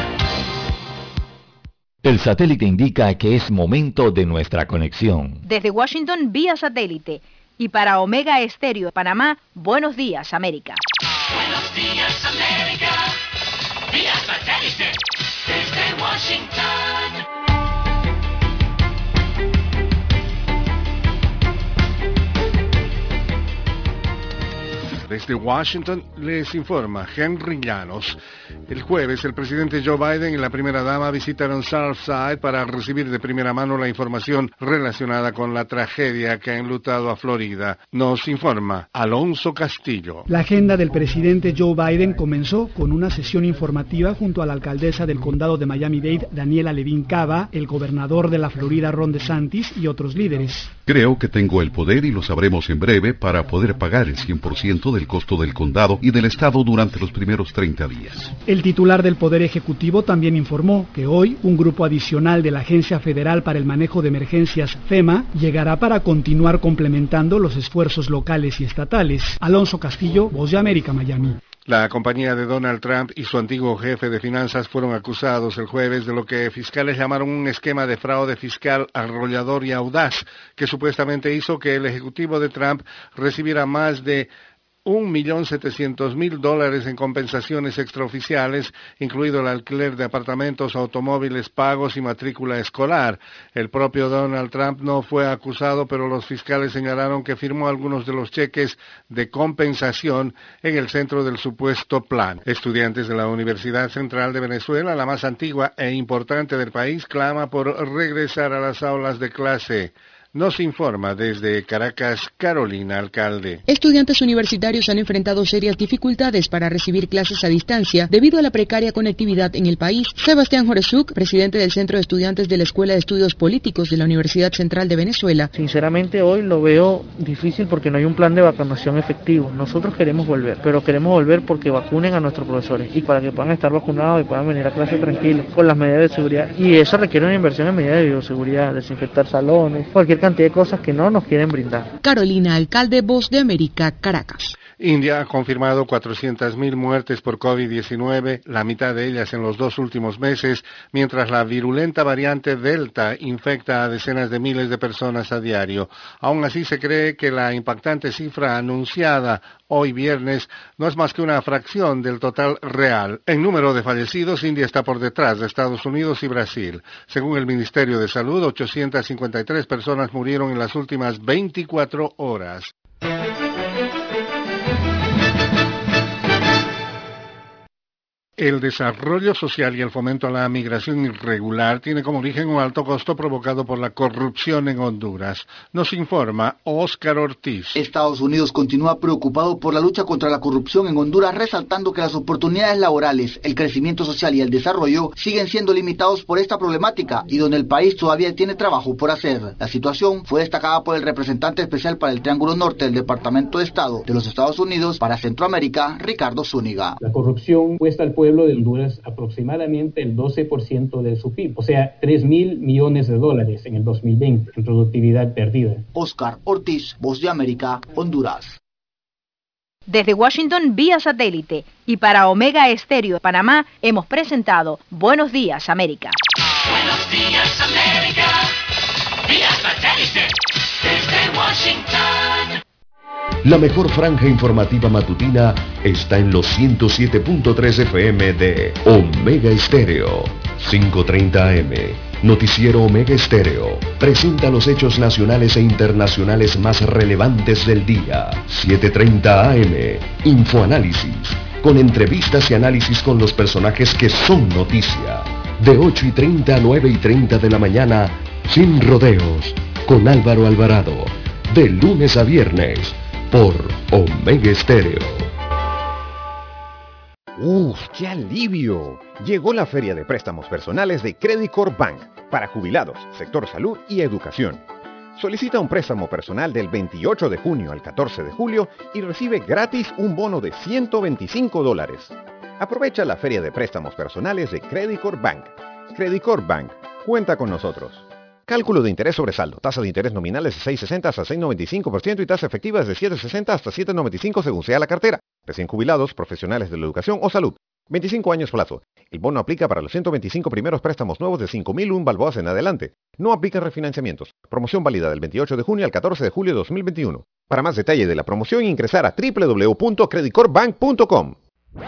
El satélite indica que es momento de nuestra conexión. Desde Washington, vía satélite. Y para Omega Estéreo Panamá, buenos días, América. Buenos días, América. Vía satélite. Desde Washington. Desde Washington les informa Henry Llanos. El jueves, el presidente Joe Biden y la primera dama visitaron Surfside para recibir de primera mano la información relacionada con la tragedia que ha enlutado a Florida. Nos informa Alonso Castillo. La agenda del presidente Joe Biden comenzó con una sesión informativa junto a la alcaldesa del condado de Miami-Dade, Daniela Levin Cava, el gobernador de la Florida, Ron DeSantis, y otros líderes. Creo que tengo el poder, y lo sabremos en breve, para poder pagar el 100% del costo del condado y del estado durante los primeros 30 días. El titular del Poder Ejecutivo también informó que hoy un grupo adicional de la Agencia Federal para el Manejo de Emergencias, FEMA, llegará para continuar complementando los esfuerzos locales y estatales. Alonso Castillo, Voz de América, Miami. La compañía de Donald Trump y su antiguo jefe de finanzas fueron acusados el jueves de lo que fiscales llamaron un esquema de fraude fiscal arrollador y audaz, que supuestamente hizo que el ejecutivo de Trump recibiera más de $1.700.000 en compensaciones extraoficiales, incluido el alquiler de apartamentos, automóviles pagos y matrícula escolar. El propio Donald Trump no fue acusado, pero los fiscales señalaron que firmó algunos de los cheques de compensación en el centro del supuesto plan. Estudiantes de la Universidad Central de Venezuela, la más antigua e importante del país, clama por regresar a las aulas de clase. Nos informa desde Caracas, Carolina Alcalde. Estudiantes universitarios han enfrentado serias dificultades para recibir clases a distancia debido a la precaria conectividad en el país. Sebastián Joresuk, presidente del Centro de Estudiantes de la Escuela de Estudios Políticos de la Universidad Central de Venezuela. Sinceramente hoy lo veo difícil porque no hay un plan de vacunación efectivo. Nosotros queremos volver, pero queremos volver porque vacunen a nuestros profesores y para que puedan estar vacunados y puedan venir a clase tranquilos con las medidas de seguridad. Y eso requiere una inversión en medidas de bioseguridad, desinfectar salones, cualquier cantidad de cosas que no nos quieren brindar. Carolina Alcalde, Voz de América, Caracas. India ha confirmado 400.000 muertes por COVID-19, la mitad de ellas en los 2 últimos meses, mientras la virulenta variante Delta infecta a decenas de miles de personas a diario. Aún así, se cree que la impactante cifra anunciada hoy viernes no es más que una fracción del total real. En número de fallecidos, India está por detrás de Estados Unidos y Brasil. Según el Ministerio de Salud, 853 personas murieron en las últimas 24 horas. El desarrollo social y el fomento a la migración irregular tiene como origen un alto costo provocado por la corrupción en Honduras. Nos informa Óscar Ortiz. Estados Unidos continúa preocupado por la lucha contra la corrupción en Honduras, resaltando que las oportunidades laborales, el crecimiento social y el desarrollo siguen siendo limitados por esta problemática y donde el país todavía tiene trabajo por hacer. La situación fue destacada por el representante especial para el Triángulo Norte del Departamento de Estado de los Estados Unidos para Centroamérica, Ricardo Zúñiga. La corrupción cuesta al pueblo de Honduras aproximadamente el 12% de su PIB, o sea, $3.000 millones en el 2020 en productividad perdida. Óscar Ortiz, Voz de América, Honduras. Desde Washington vía satélite y para Omega Estéreo de Panamá hemos presentado Buenos Días América. Buenos días América, vía satélite desde Washington. La mejor franja informativa matutina está en los 107.3 FM de Omega Estéreo. 5:30 AM. Noticiero Omega Estéreo. Presenta los hechos nacionales e internacionales más relevantes del día. 7:30 AM. Infoanálisis. Con entrevistas y análisis con los personajes que son noticia. De 8:30 a 9:30 de la mañana. Sin rodeos. Con Álvaro Alvarado. De lunes a viernes. Por Omega Estéreo. ¡Uf, qué alivio! Llegó la Feria de Préstamos Personales de Credit Corp Bank para jubilados, sector salud y educación. Solicita un préstamo personal del 28 de junio al 14 de julio y recibe gratis un bono de $125. Aprovecha la Feria de Préstamos Personales de Credit Corp Bank. Credit Corp Bank, cuenta con nosotros. Cálculo de interés sobre saldo. Tasa de interés nominal es de 6.60 hasta 6.95% y tasa efectiva es de 7.60 hasta 7.95 según sea la cartera. Recién jubilados, profesionales de la educación o salud. 25 años plazo. El bono aplica para los 125 primeros préstamos nuevos de 5.001 balboas en adelante. No aplican refinanciamientos. Promoción válida del 28 de junio al 14 de julio de 2021. Para más detalle de la promoción, ingresar a www.creditcorpbank.com.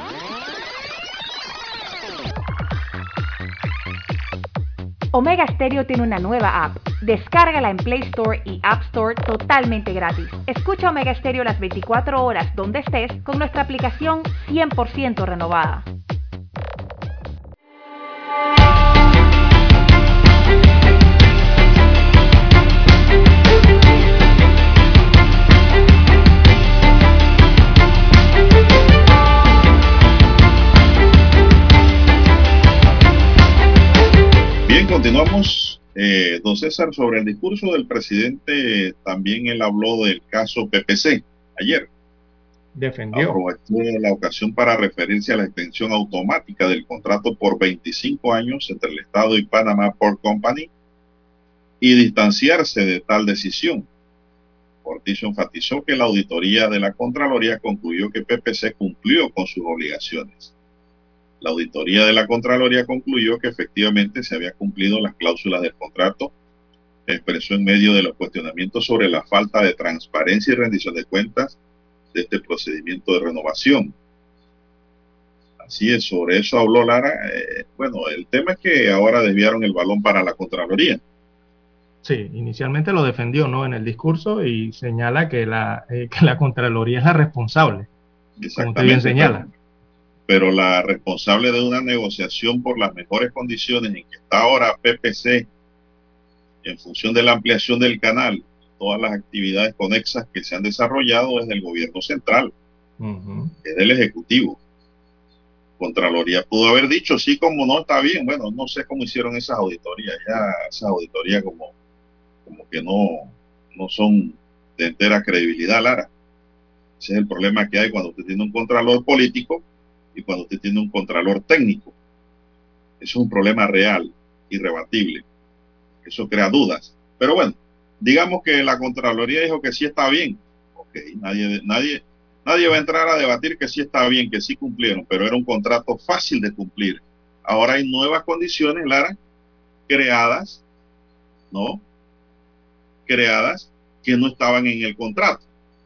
Omega Stereo tiene una nueva app. Descárgala en Play Store y App Store totalmente gratis. Escucha Omega Stereo las 24 horas donde estés con nuestra aplicación 100% renovada. Bien, continuamos. Don César, sobre el discurso del presidente, también él habló del caso PPC ayer. Defendió. Aprovechó la ocasión para referirse a la extensión automática del contrato por 25 años entre el Estado y Panama Port Company y distanciarse de tal decisión. Cortizo enfatizó que la auditoría de la Contraloría concluyó que PPC cumplió con sus obligaciones. La auditoría de la Contraloría concluyó que efectivamente se había cumplido las cláusulas del contrato. Expresó en medio de los cuestionamientos sobre la falta de transparencia y rendición de cuentas de este procedimiento de renovación. Así es, sobre eso habló Lara. Bueno, el tema es que ahora desviaron el balón para la Contraloría. Sí, inicialmente lo defendió, ¿no?, en el discurso y señala que la Contraloría es la responsable, como usted bien señala. Pero la responsable de una negociación por las mejores condiciones en que está ahora PPC en función de la ampliación del canal, todas las actividades conexas que se han desarrollado desde el gobierno central, es del Ejecutivo. Contraloría pudo haber dicho, sí, como no, está bien. Bueno, no sé cómo hicieron esas auditorías, ya esas auditorías como que no son de entera credibilidad, Lara. Ese es el problema que hay cuando usted tiene un contralor político y cuando usted tiene un contralor técnico. Eso es un problema real, irrebatible. Eso crea dudas. Pero bueno, digamos que la Contraloría dijo que sí está bien. Ok, nadie Nadie va a entrar a debatir que sí está bien, que sí cumplieron, pero era un contrato fácil de cumplir. Ahora hay nuevas condiciones, Lara, creadas, ¿no? Creadas que no estaban en el contrato.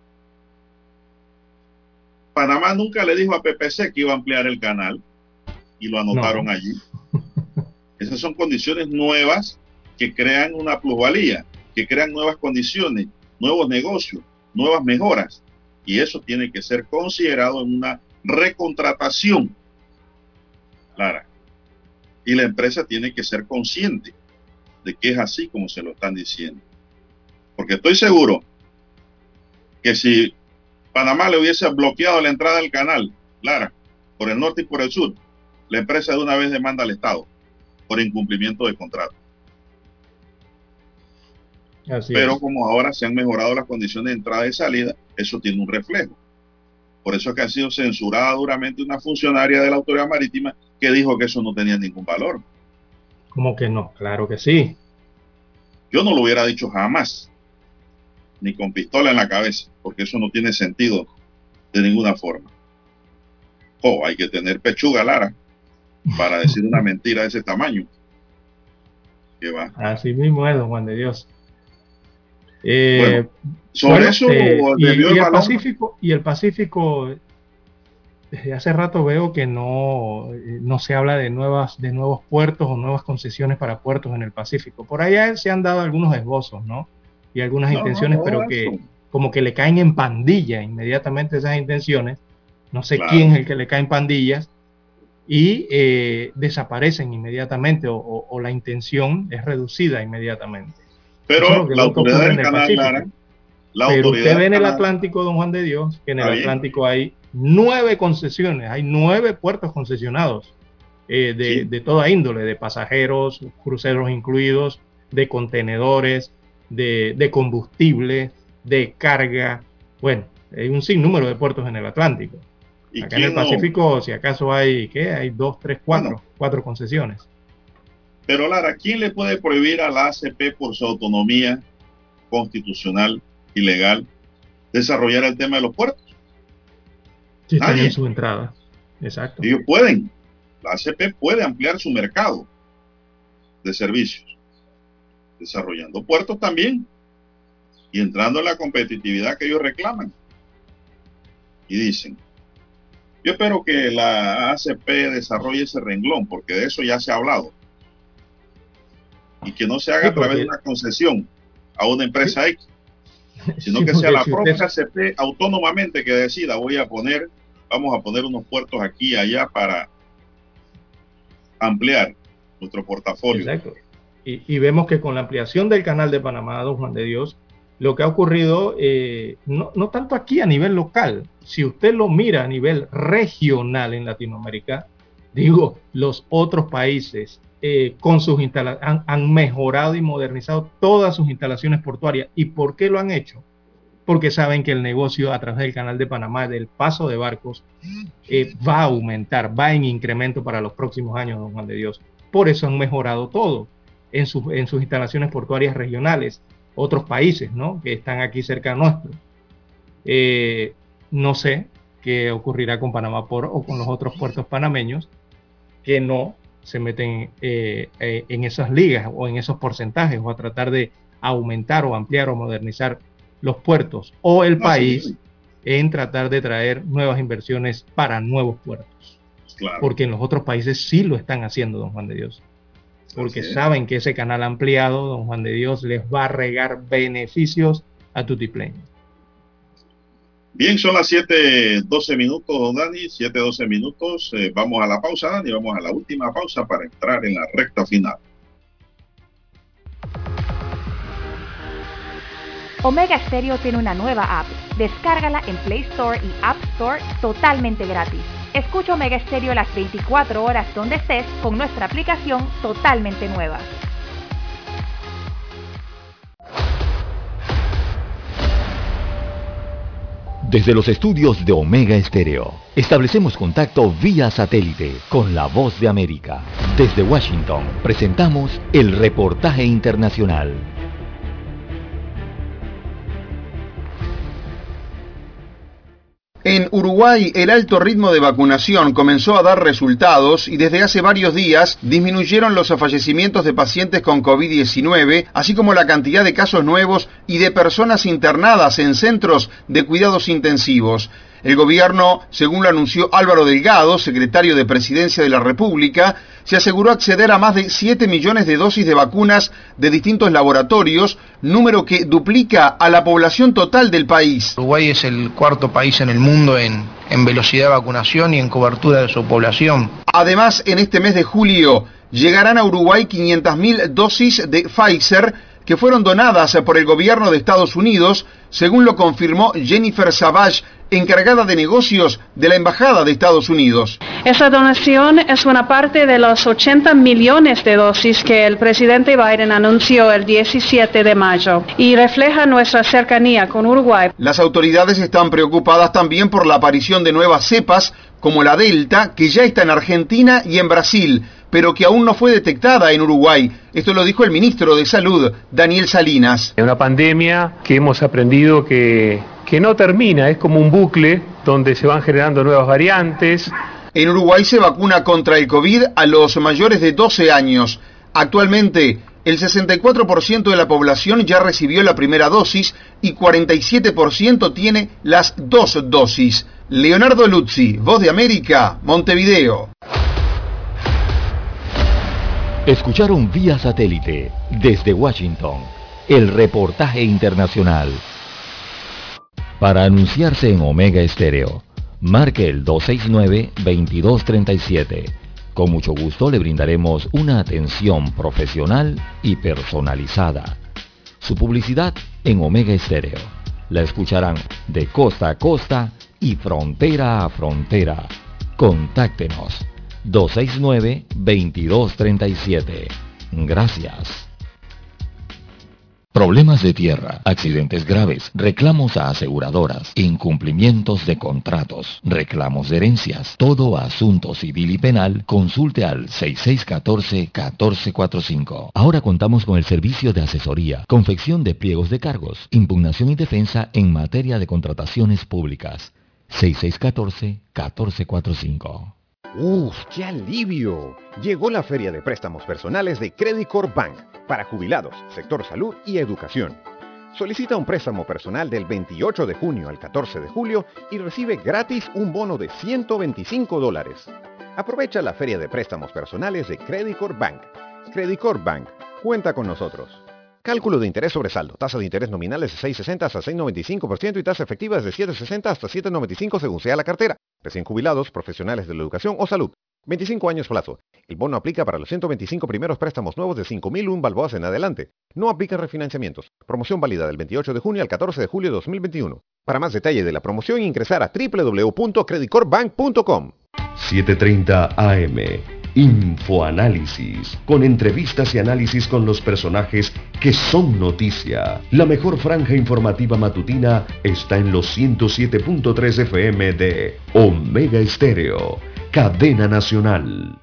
Panamá nunca le dijo a PPC que iba a ampliar el canal y lo anotaron allí. Esas son condiciones nuevas que crean una plusvalía, que crean nuevas condiciones, nuevos negocios, nuevas mejoras. Y eso tiene que ser considerado en una recontratación, Lara. Y la empresa tiene que ser consciente de que es así como se lo están diciendo. Porque estoy seguro que si Panamá le hubiese bloqueado la entrada del canal, Lara, por el norte y por el sur, la empresa de una vez demanda al Estado por incumplimiento de contrato. Pero como ahora se han mejorado las condiciones de entrada y salida, eso tiene un reflejo. Por eso es que ha sido censurada duramente una funcionaria de la Autoridad Marítima que dijo que eso no tenía ningún valor. ¿Cómo que no? Claro que sí. Yo no lo hubiera dicho jamás, ni con pistola en la cabeza, porque eso no tiene sentido de ninguna forma. Hay que tener pechuga, Lara, para decir una mentira de ese tamaño. ¿Qué va? Así mismo es, don Juan de Dios. Bueno, sobre eso y el Pacífico, desde hace rato veo que no se habla de nuevos puertos o nuevas concesiones para puertos en el Pacífico. Por allá se han dado algunos esbozos, ¿no? Y algunas intenciones, pero que como que le caen en pandilla inmediatamente esas intenciones. No sé quién es el que le cae en pandillas y desaparecen inmediatamente o la intención es reducida inmediatamente. Pero la autoridad del canal, Lara, pero usted ve en el Atlántico, don Juan de Dios, que en el Atlántico hay 9 concesiones, hay 9 puertos concesionados de toda índole, de pasajeros, cruceros incluidos, de contenedores, de combustible, de carga. Bueno, hay un sinnúmero de puertos en el Atlántico. Acá en el Pacífico, si acaso hay 2, 3, 4 concesiones. Pero Lara, ¿quién le puede prohibir a la ACP por su autonomía constitucional y legal desarrollar el tema de los puertos? Si están en su entrada. Exacto. Ellos pueden. La ACP puede ampliar su mercado de servicios, desarrollando puertos también y entrando en la competitividad que ellos reclaman. Y dicen, yo espero que la ACP desarrolle ese renglón, porque de eso ya se ha hablado. Y que no se haga a través de una concesión a una empresa X, sino que sea la propia ACP autónomamente que decida, vamos a poner unos puertos aquí y allá para ampliar nuestro portafolio. Exacto. Y vemos que con la ampliación del canal de Panamá, don Juan de Dios, lo que ha ocurrido, no tanto aquí a nivel local, si usted lo mira a nivel regional en Latinoamérica, los otros países con sus instalaciones han mejorado y modernizado todas sus instalaciones portuarias. ¿Y por qué lo han hecho? Porque saben que el negocio a través del canal de Panamá, del paso de barcos, va a aumentar, va en incremento para los próximos años, don Juan de Dios. Por eso han mejorado todo en sus instalaciones portuarias regionales. Otros países, ¿no?, que están aquí cerca nuestro. No sé qué ocurrirá con Panamá o con los otros puertos panameños que no se meten en esas ligas o en esos porcentajes o a tratar de aumentar o ampliar o modernizar los puertos o el país en tratar de traer nuevas inversiones para nuevos puertos. Claro. Porque en los otros países sí lo están haciendo, don Juan de Dios. Porque saben que ese canal ampliado, don Juan de Dios, les va a regar beneficios a tutiplén. Bien, son las 7:12 minutos, don Dani, 7:12 minutos. Vamos a la pausa, Dani, vamos a la última pausa para entrar en la recta final. Omega Stereo tiene una nueva app. Descárgala en Play Store y App Store totalmente gratis. Escucha Omega Stereo las 24 horas donde estés con nuestra aplicación totalmente nueva. Desde los estudios de Omega Estéreo, establecemos contacto vía satélite con la Voz de América. Desde Washington, presentamos el reportaje internacional. En Uruguay, el alto ritmo de vacunación comenzó a dar resultados y desde hace varios días disminuyeron los fallecimientos de pacientes con COVID-19, así como la cantidad de casos nuevos y de personas internadas en centros de cuidados intensivos. El gobierno, según lo anunció Álvaro Delgado, secretario de Presidencia de la República, se aseguró acceder a más de 7 millones de dosis de vacunas de distintos laboratorios, número que duplica a la población total del país. Uruguay es el cuarto país en el mundo en velocidad de vacunación y en cobertura de su población. Además, en este mes de julio llegarán a Uruguay 500.000 dosis de Pfizer que fueron donadas por el gobierno de Estados Unidos, según lo confirmó Jennifer Savage, encargada de negocios de la Embajada de Estados Unidos. Esa donación es una parte de los 80 millones de dosis que el presidente Biden anunció el 17 de mayo y refleja nuestra cercanía con Uruguay. Las autoridades están preocupadas también por la aparición de nuevas cepas, como la Delta, que ya está en Argentina y en Brasil, pero que aún no fue detectada en Uruguay. Esto lo dijo el ministro de Salud, Daniel Salinas. Es una pandemia que hemos aprendido que no termina, es como un bucle donde se van generando nuevas variantes. En Uruguay se vacuna contra el COVID a los mayores de 12 años. Actualmente, el 64% de la población ya recibió la primera dosis y 47% tiene las 2 dosis. Leonardo Luzzi, Voz de América, Montevideo. Escucharon vía satélite desde Washington el reportaje internacional. Para anunciarse en Omega Estéreo, marque el 269-2237. Con mucho gusto le brindaremos una atención profesional y personalizada. Su publicidad en Omega Estéreo. La escucharán de costa a costa y frontera a frontera. Contáctenos 269-2237. Gracias. Problemas de tierra, accidentes graves, reclamos a aseguradoras, incumplimientos de contratos, reclamos de herencias, todo asunto civil y penal, consulte al 6614-1445. Ahora contamos con el servicio de asesoría, confección de pliegos de cargos, impugnación y defensa en materia de contrataciones públicas. 6614-1445. ¡Uf, qué alivio! Llegó la feria de préstamos personales de Credit Corp Bank para jubilados, sector salud y educación. Solicita un préstamo personal del 28 de junio al 14 de julio y recibe gratis un bono de $125. Aprovecha la feria de préstamos personales de Credit Corp Bank. Credit Corp Bank, cuenta con nosotros. Cálculo de interés sobre saldo. Tasa de interés nominales de 6.60 hasta 6.95% y tasa efectiva de 7.60 hasta 7.95 según sea la cartera. Recién jubilados, profesionales de la educación o salud. 25 años plazo. El bono aplica para los 125 primeros préstamos nuevos de 5.001 balboas en adelante. No aplica refinanciamientos. Promoción válida del 28 de junio al 14 de julio de 2021. Para más detalle de la promoción, ingresar a www.creditcorpbank.com. 7:30 AM. Infoanálisis, con entrevistas y análisis con los personajes que son noticia. La mejor franja informativa matutina está en los 107.3 FM de Omega Estéreo, cadena nacional.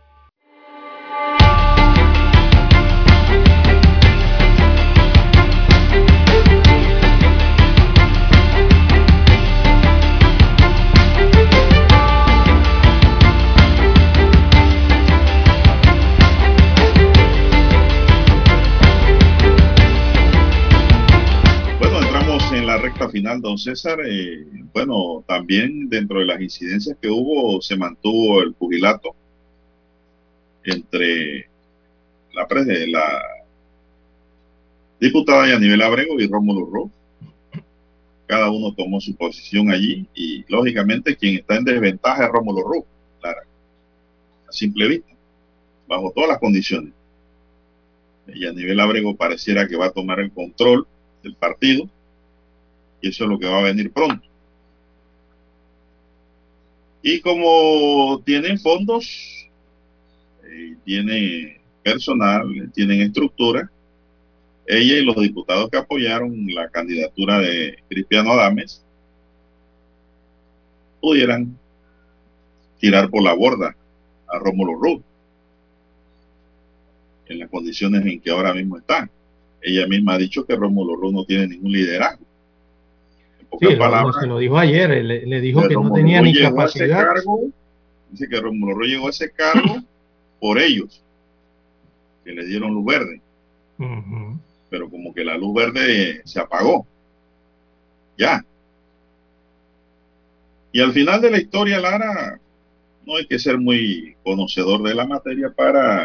En la recta final, don César, bueno, también dentro de las incidencias que hubo, se mantuvo el pugilato entre la diputada Yanibel Ábrego y Rómulo Rux. Cada uno tomó su posición allí y, lógicamente, quien está en desventaja es Rómulo Rux, claro, a simple vista, bajo todas las condiciones. Yanibel Ábrego pareciera que va a tomar el control del partido, y eso es lo que va a venir pronto. Y como tienen fondos, tiene personal, tienen estructura, ella y los diputados que apoyaron la candidatura de Cristiano Adames pudieran tirar por la borda a Rómulo Rux en las condiciones en que ahora mismo está. Ella misma ha dicho que Rómulo Rux no tiene ningún liderazgo. Sí, se lo dijo ayer, le dijo que no tenía ni capacidad. Dice que Rómulo Rux llegó a ese cargo por ellos, que le dieron luz verde. Pero como que la luz verde se apagó. Ya. Y al final de la historia, Lara, no hay que ser muy conocedor de la materia para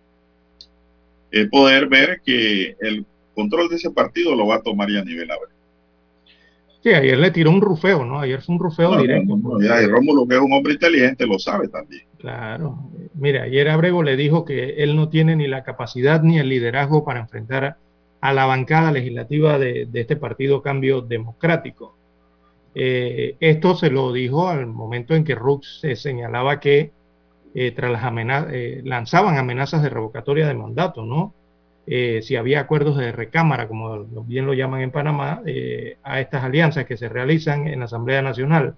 poder ver que el control de ese partido lo va a tomar ya a nivel Abrego. Sí, ayer le tiró un rufeo, ¿no? Ayer fue un rufeo directo. Ya, y Rómulo, que es un hombre inteligente, lo sabe también. Claro. Mira, ayer Abrego le dijo que él no tiene ni la capacidad ni el liderazgo para enfrentar a la bancada legislativa de este partido Cambio Democrático. Esto se lo dijo al momento en que Rux se señalaba que tras las lanzaban amenazas de revocatoria de mandato, ¿no? Si había acuerdos de recámara, como bien lo llaman en Panamá, a estas alianzas que se realizan en la Asamblea Nacional.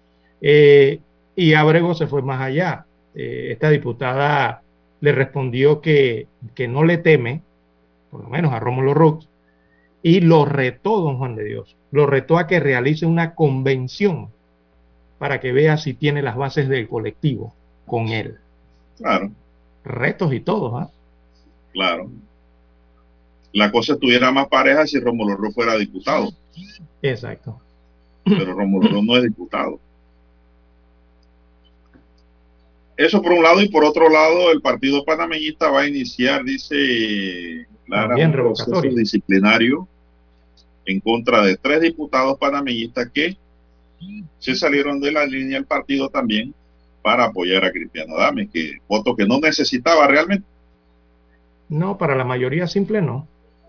Y Abrego se fue más allá. Esta diputada le respondió que no le teme, por lo menos a Rómulo Rux, y lo retó, don Juan de Dios, lo retó a que realice una convención para que vea si tiene las bases del colectivo con él. Claro. Retos y todo, ¿ah? Claro. La cosa estuviera más pareja si Rómulo Rux fuera diputado. Exacto. Pero Rómulo Rux no es diputado. Eso por un lado, y por otro lado, el partido panameñista va a iniciar, dice Lara, un proceso disciplinario en contra de 3 diputados panameñistas que se salieron de la línea del partido también para apoyar a Cristiano Adames, que voto que no necesitaba realmente. No, para la mayoría simple no.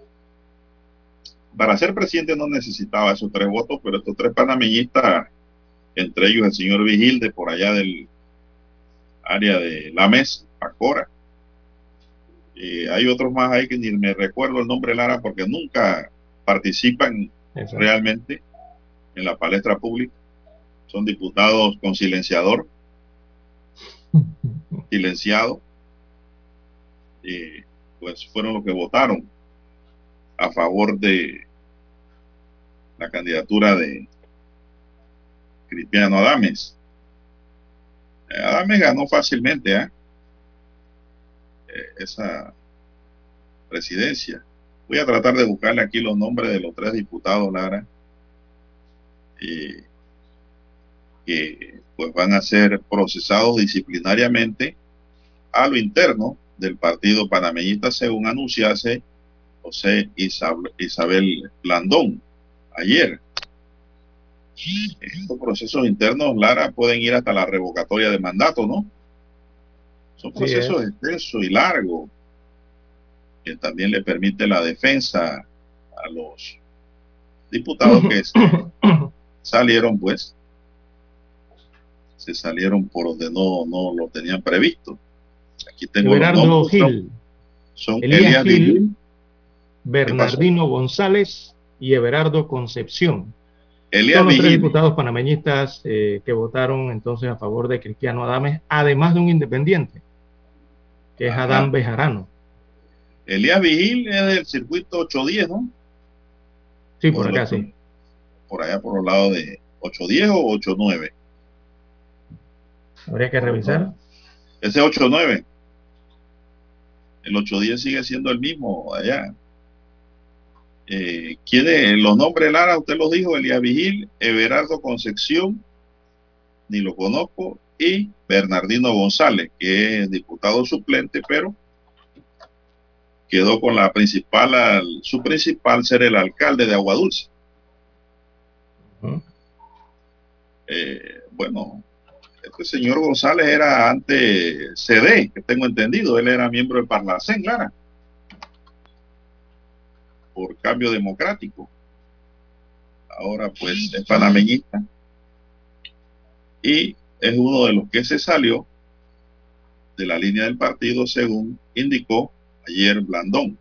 Para ser presidente no necesitaba esos 3 votos, pero estos 3 panameñistas, entre ellos el señor Vigil de por allá del área de La Mesa, Pacora. Hay otros más ahí que ni me recuerdo el nombre, Lara, porque nunca participan realmente en la palestra pública. Son diputados con silenciador, silenciado. Pues fueron los que votaron a favor de la candidatura de Cristiano Adames. Adames ganó fácilmente esa presidencia. Voy a tratar de buscarle aquí los nombres de los 3 diputados, Lara, que pues van a ser procesados disciplinariamente a lo interno del partido panameñista, según anunciase José Isabel Blandón ayer. Estos procesos internos, Lara, pueden ir hasta la revocatoria de mandato, ¿no? Son procesos extensos y largos, que también le permite la defensa a los diputados que salieron, pues, se salieron por donde no lo tenían previsto. Aquí tengo Everardo Gil, son Elías Gil, Bernardino González y Everardo Concepción. Son los 3 diputados panameñistas que votaron entonces a favor de Cristiano Adames, además de un independiente, que es Adán Bejarano. Elías Vigil es del circuito 810, ¿no? Sí, por acá, sí. Por allá por los lados de 810 o 89. Habría que revisar. Ese 89. El 810 sigue siendo el mismo allá. Los nombres, Lara, usted los dijo: Elías Vigil, Everardo Concepción, ni lo conozco, y Bernardino González, que es diputado suplente, pero quedó con su principal ser el alcalde de Aguadulce. Bueno, este señor González era antes CD, que tengo entendido, él era miembro del Parlacén, Lara, por Cambio Democrático. Ahora pues es panameñista y es uno de los que se salió de la línea del partido, según indicó ayer Blandón.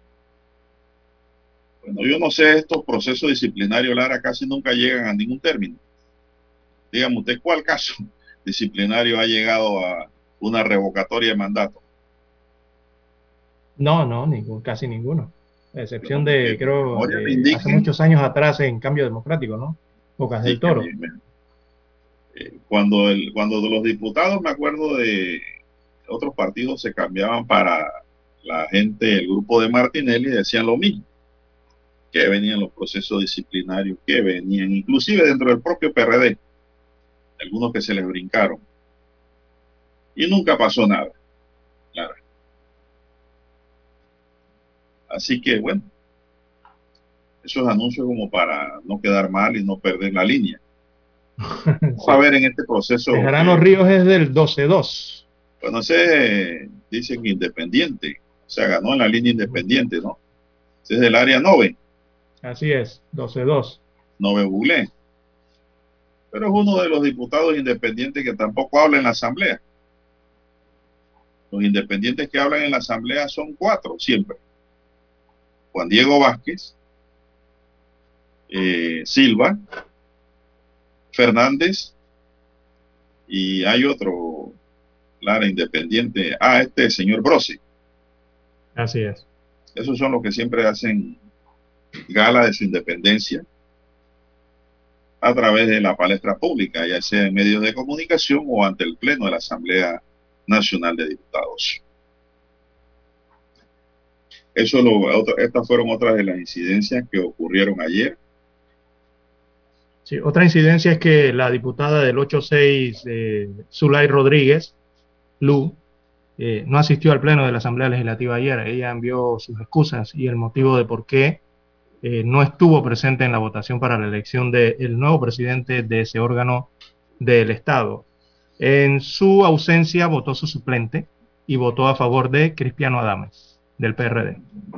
Bueno, yo no sé, estos procesos disciplinarios, Lara, casi nunca llegan a ningún término. Dígame usted, ¿cuál caso disciplinario ha llegado a una revocatoria de mandato? No, casi ninguno. A excepción de, creo, hace muchos años atrás en Cambio Democrático, ¿no? Bocas Sí, del Toro. cuando de los diputados, me acuerdo de otros partidos se cambiaban para la gente, el grupo de Martinelli, decían lo mismo, que venían los procesos disciplinarios, que venían, inclusive dentro del propio PRD, algunos que se les brincaron. Y nunca pasó nada, claro. Así que, bueno, esos anuncios como para no quedar mal y no perder la línea. Vamos a ver en este proceso. Bejarano Ríos es del 12-2. Bueno, ese dicen independiente, o sea, ganó en la línea independiente, ¿no? Ese es del área 9. Así es, 12-2. 9 Buglé. Pero es uno de los diputados independientes que tampoco habla en la asamblea. Los independientes que hablan en la asamblea son 4 siempre. Juan Diego Vázquez, Silva, Fernández, y hay otro, Lara independiente, este señor Brosi. Así es. Esos son los que siempre hacen gala de su independencia a través de la palestra pública, ya sea en medios de comunicación o ante el Pleno de la Asamblea Nacional de Diputados. Estas fueron otras de las incidencias que ocurrieron ayer. Sí, otra incidencia es que la diputada del 8-6, Zulay Rodríguez, Lu, no asistió al Pleno de la Asamblea Legislativa ayer. Ella envió sus excusas y el motivo de por qué no estuvo presente en la votación para la elección del nuevo presidente de ese órgano del Estado. En su ausencia votó su suplente y votó a favor de Cristiano Adames, del PRD.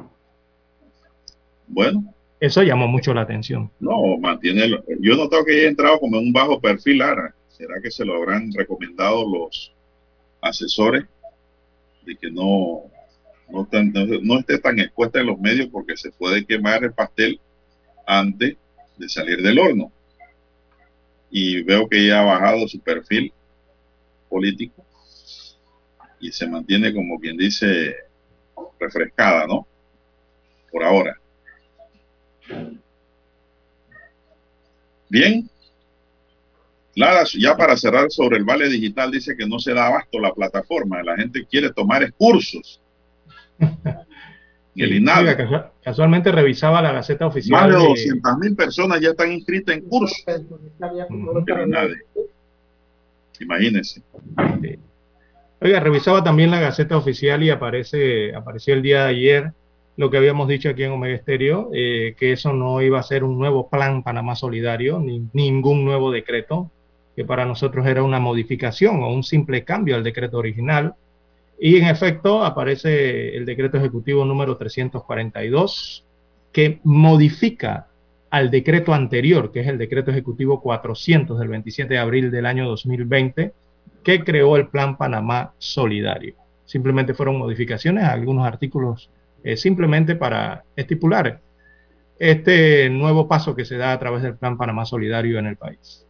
Bueno. Eso llamó mucho la atención. No, yo noto que haya entrado como en un bajo perfil, Lara. ¿Será que se lo habrán recomendado los asesores de que no esté tan expuesta en los medios porque se puede quemar el pastel antes de salir del horno? Y veo que ella ha bajado su perfil político y se mantiene, como quien dice, refrescada, ¿no? Por ahora. Bien. Lara, ya para cerrar sobre el vale digital, dice que no se da abasto la plataforma. La gente quiere tomar cursos. El INADE. Casualmente revisaba la Gaceta Oficial. Más de 200,000 personas ya están inscritas en cursos. El INADE. Imagínense. Sí. Oiga, revisaba también la Gaceta Oficial y apareció el día de ayer lo que habíamos dicho aquí en Omega Estéreo, que eso no iba a ser un nuevo plan Panamá Solidario, ni ningún nuevo decreto, que para nosotros era una modificación o un simple cambio al decreto original. Y en efecto aparece el decreto ejecutivo número 342, que modifica al decreto anterior, que es el decreto ejecutivo 400 del 27 de abril del año 2020, que creó el plan Panamá Solidario. Simplemente fueron modificaciones a algunos artículos, simplemente para estipular este nuevo paso que se da a través del Plan Panamá Solidario en el país.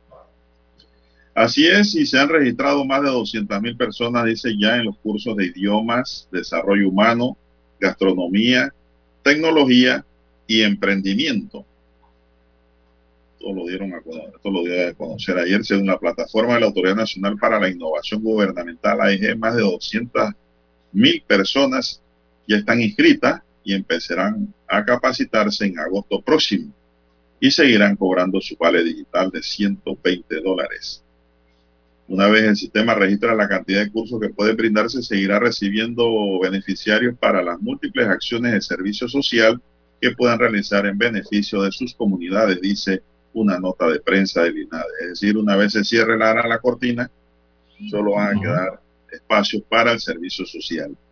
Así es, y se han registrado más de 200,000 personas, dice, ya en los cursos de idiomas, desarrollo humano, gastronomía, tecnología y emprendimiento. Esto lo dieron a conocer ayer, según la plataforma de la Autoridad Nacional para la Innovación Gubernamental, AIG, más de 200,000 personas ya están inscritas y empezarán a capacitarse en agosto próximo y seguirán cobrando su vale digital de $120. Una vez el sistema registra la cantidad de cursos que puede brindarse, seguirá recibiendo beneficiarios para las múltiples acciones de servicio social que puedan realizar en beneficio de sus comunidades, dice una nota de prensa del INADE. Es decir, una vez se cierre la cortina, solo van a quedar espacios para el servicio social.